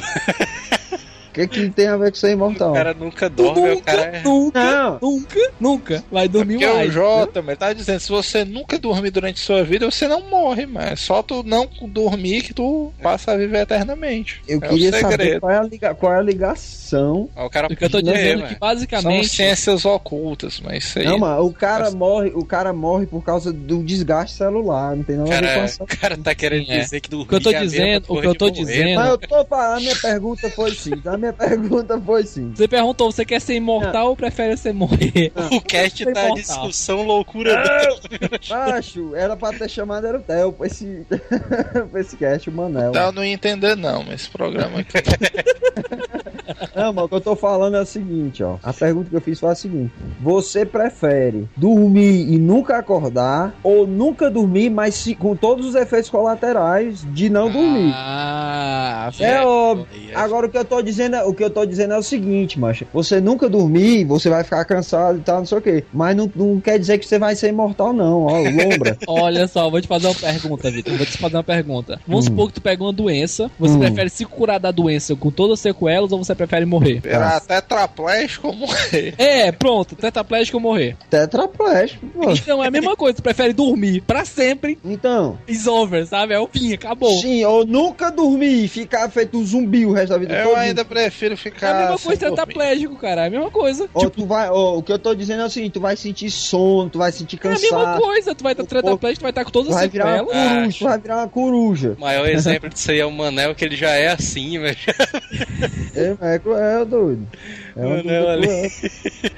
O que tem a ver com ser imortal? O cara nunca dorme, o cara Nunca vai dormir mais. Porque o Jota, mas tá dizendo, se você nunca dormir durante sua vida, você não morre, mas é só tu não dormir que tu passa a viver eternamente. Eu queria saber qual é a ligação. O cara porque eu tô dizendo que basicamente são ciências ocultas, mas isso aí. Não, mas o cara morre por causa do desgaste celular, não tem nada a ver com essa. O cara tá querendo dizer que dormir. O que eu tô dizendo. Mas eu tô falando, a minha pergunta foi sim, tá? Você perguntou, você quer ser imortal ou prefere ser morrer? O cast tá em discussão loucura. Macho, era pra ter chamado era o Theo pra esse cast, o Manel. Eu não ia entender não, mas esse programa aqui. Não, mas o que eu tô falando é o seguinte, ó. A pergunta que eu fiz foi a seguinte: você prefere dormir e nunca acordar ou nunca dormir, mas com todos os efeitos colaterais de não dormir? É óbvio. Agora o que eu tô dizendo é o seguinte, macho. Você nunca dormir, você vai ficar cansado e tal, não sei o quê. Mas não quer dizer que você vai ser imortal, não, ó, lombra. Olha só, vou te fazer uma pergunta, Vitor. Vamos supor que tu pega uma doença. Você prefere se curar da doença com todas as sequelas ou você prefere morrer? Tetraplégico ou morrer? Pronto, tetraplégico ou morrer? Tetraplégico, pô. Então é a mesma coisa, tu prefere dormir pra sempre. Então. It's over, sabe? É o fim, acabou. Sim, ou nunca dormir e ficar feito um zumbi o resto da vida toda. Eu ainda prefiro ficar. É a mesma coisa, tetraplégico, cara. É a mesma coisa. O que eu tô dizendo é o seguinte: tu vai sentir sono, tu vai sentir cansado. É a mesma coisa, tu vai estar tetraplégico, tu vai estar com todas as sequelas. Tu vai virar uma coruja. O maior exemplo disso aí é o Manel, que ele já é assim, velho. É cruel, doido. Manel ali.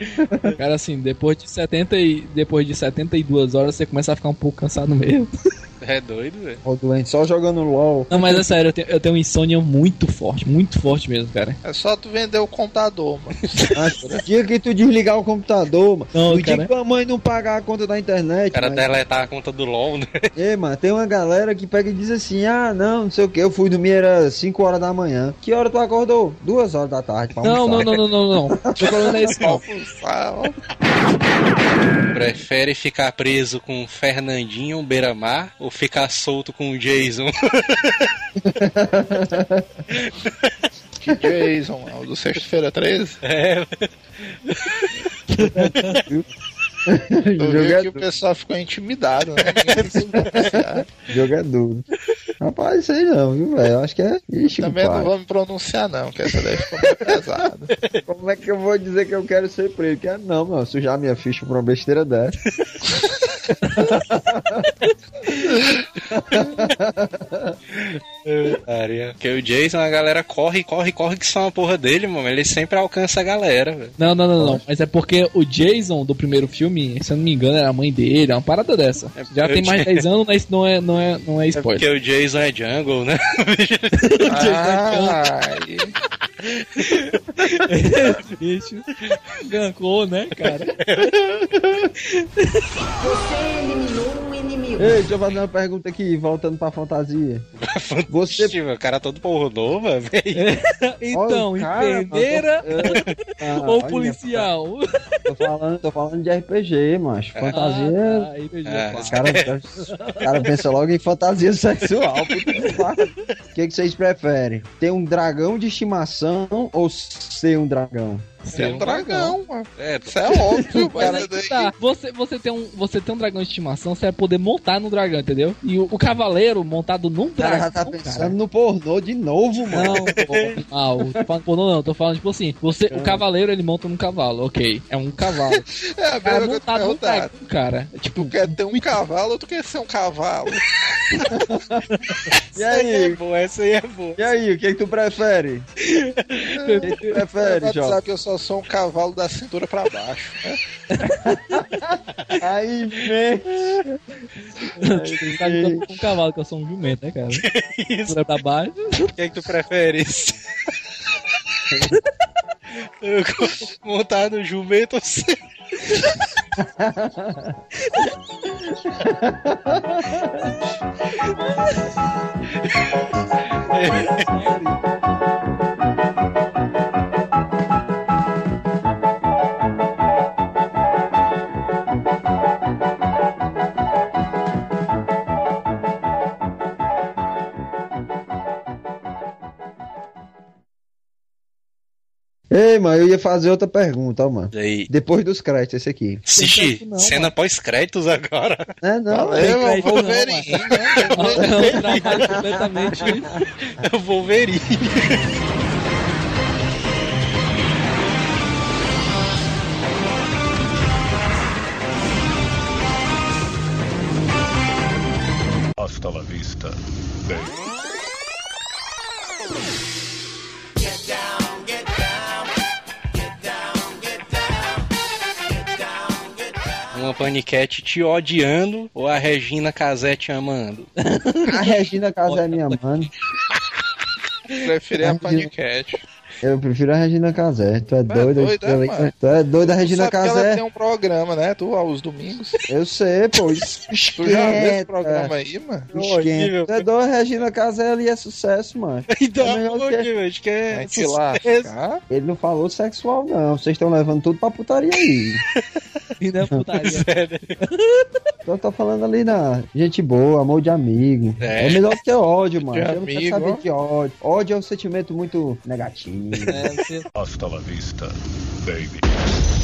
Cara, assim, depois de 72 horas você começa a ficar um pouco cansado mesmo. É doido, velho. Ó, doente, só jogando LOL. Não, mas é sério, eu tenho insônia muito forte mesmo, cara. É só tu vender o computador, mano. O dia que tu desligar o computador, mano. Não, O dia cara. que tua mãe não pagar a conta da internet. O cara mas- deletar a conta do LOL, né? Ei, mano, tem uma galera que pega e diz assim: ah, não sei o que, eu fui dormir, era 5 horas da manhã. Que hora tu acordou? 2 horas da tarde pra Não. almoçar. Não. Tô falando é isso, não. Prefere ficar preso com o Fernandinho Beira-Mar ou ficar solto com o Jason? Que Jason, é o do Sexta-feira 13? É. Eu vi que o pessoal ficou intimidado, né? Ninguém soube apreciar. Jogo é duro. Rapaz, sei não, viu, velho? Eu acho que é. Ixi, Também não compadre. vou me pronunciar, não, que essa daí ficou meio pesada. Como é que eu vou dizer que eu quero ser preso? Quero não, mano. Sujar minha ficha por uma besteira dessa. Porque o Jason, a galera corre que só uma porra dele, mano. Ele sempre alcança a galera, velho. Não. Mas é porque o Jason do primeiro filme, se eu não me engano, era a mãe dele, é uma parada dessa. Já tem mais de 10 anos, mas não é É spoiler. porque o Jason é jungle, né? Bicho, gancou, né, cara? Você eliminou um inimigo. Ei, deixa eu fazer uma pergunta aqui, voltando pra fantasia. Você. O cara todo pornô, velho. Então, Olha o cara, enfermeira Ah, ou olha, policial? Tô falando de RPG, macho. Fantasia. Os caras pensam logo em fantasia sexual. Puta que pariu. O que vocês preferem? Ter um dragão de estimação ou ser um dragão? Ser um dragão, mano. É, isso é óbvio, Mas mas aí que tá. Você tem um dragão de estimação, você vai poder montar no dragão, entendeu? E o cavaleiro montado num O cara dragão. já tá pensando no pornô de novo, mano. Não, pô. Tô falando pornô, não. Tô falando, tipo assim, o cavaleiro, ele monta num cavalo, ok. É um cavalo. É a O cara mesma montado num coisa. dragão, cara. Tipo, Tu quer ter um cavalo ou tu quer ser um cavalo? E aí? Essa aí é boa. E aí, o que tu prefere? O que tu prefere, Você Jovem? sabe que eu só sou um cavalo da cintura pra baixo, né? Aí, vem. você sabe que eu sou um cavalo, que eu sou um jumento, né, cara? Isso. Pra baixo. O que tu prefere? Montar no jumento ou ser... Ei, mano, eu ia fazer outra pergunta, ó, mano. E aí? Depois dos créditos, esse aqui. Xixi, cena pós-créditos agora. É, não. Valeu, é eu vou Wolverine, né? É um trabalho completamente. Eu vou ver isso. Hasta la vista, baby. Uma paniquete te odiando ou a Regina Casé te amando? A Regina Casé é minha mãe. Preferi a paniquete. Eu prefiro a Regina Casé. Tu é doido? doido, é, mano? Tu é doido, a Tu Regina sabe que ela Casé? tem um programa, né? Tu, aos domingos. Eu sei, pô. Tu já viu esse programa aí, mano? Esquenta. Tu é doido, a Regina Casé ali é sucesso, mano. Então, É melhor por que- quê, velho? Que é Vai te sucesso. lascar. Ele não falou sexual, não. Vocês estão levando tudo pra putaria aí. E não é putaria. Então eu tô falando ali na gente boa, amor de amigo. É. É melhor que ódio, mano. De Eu não quero amigo, saber ó. de ódio. Ódio é um sentimento muito negativo. É, você- Hasta la vista, baby.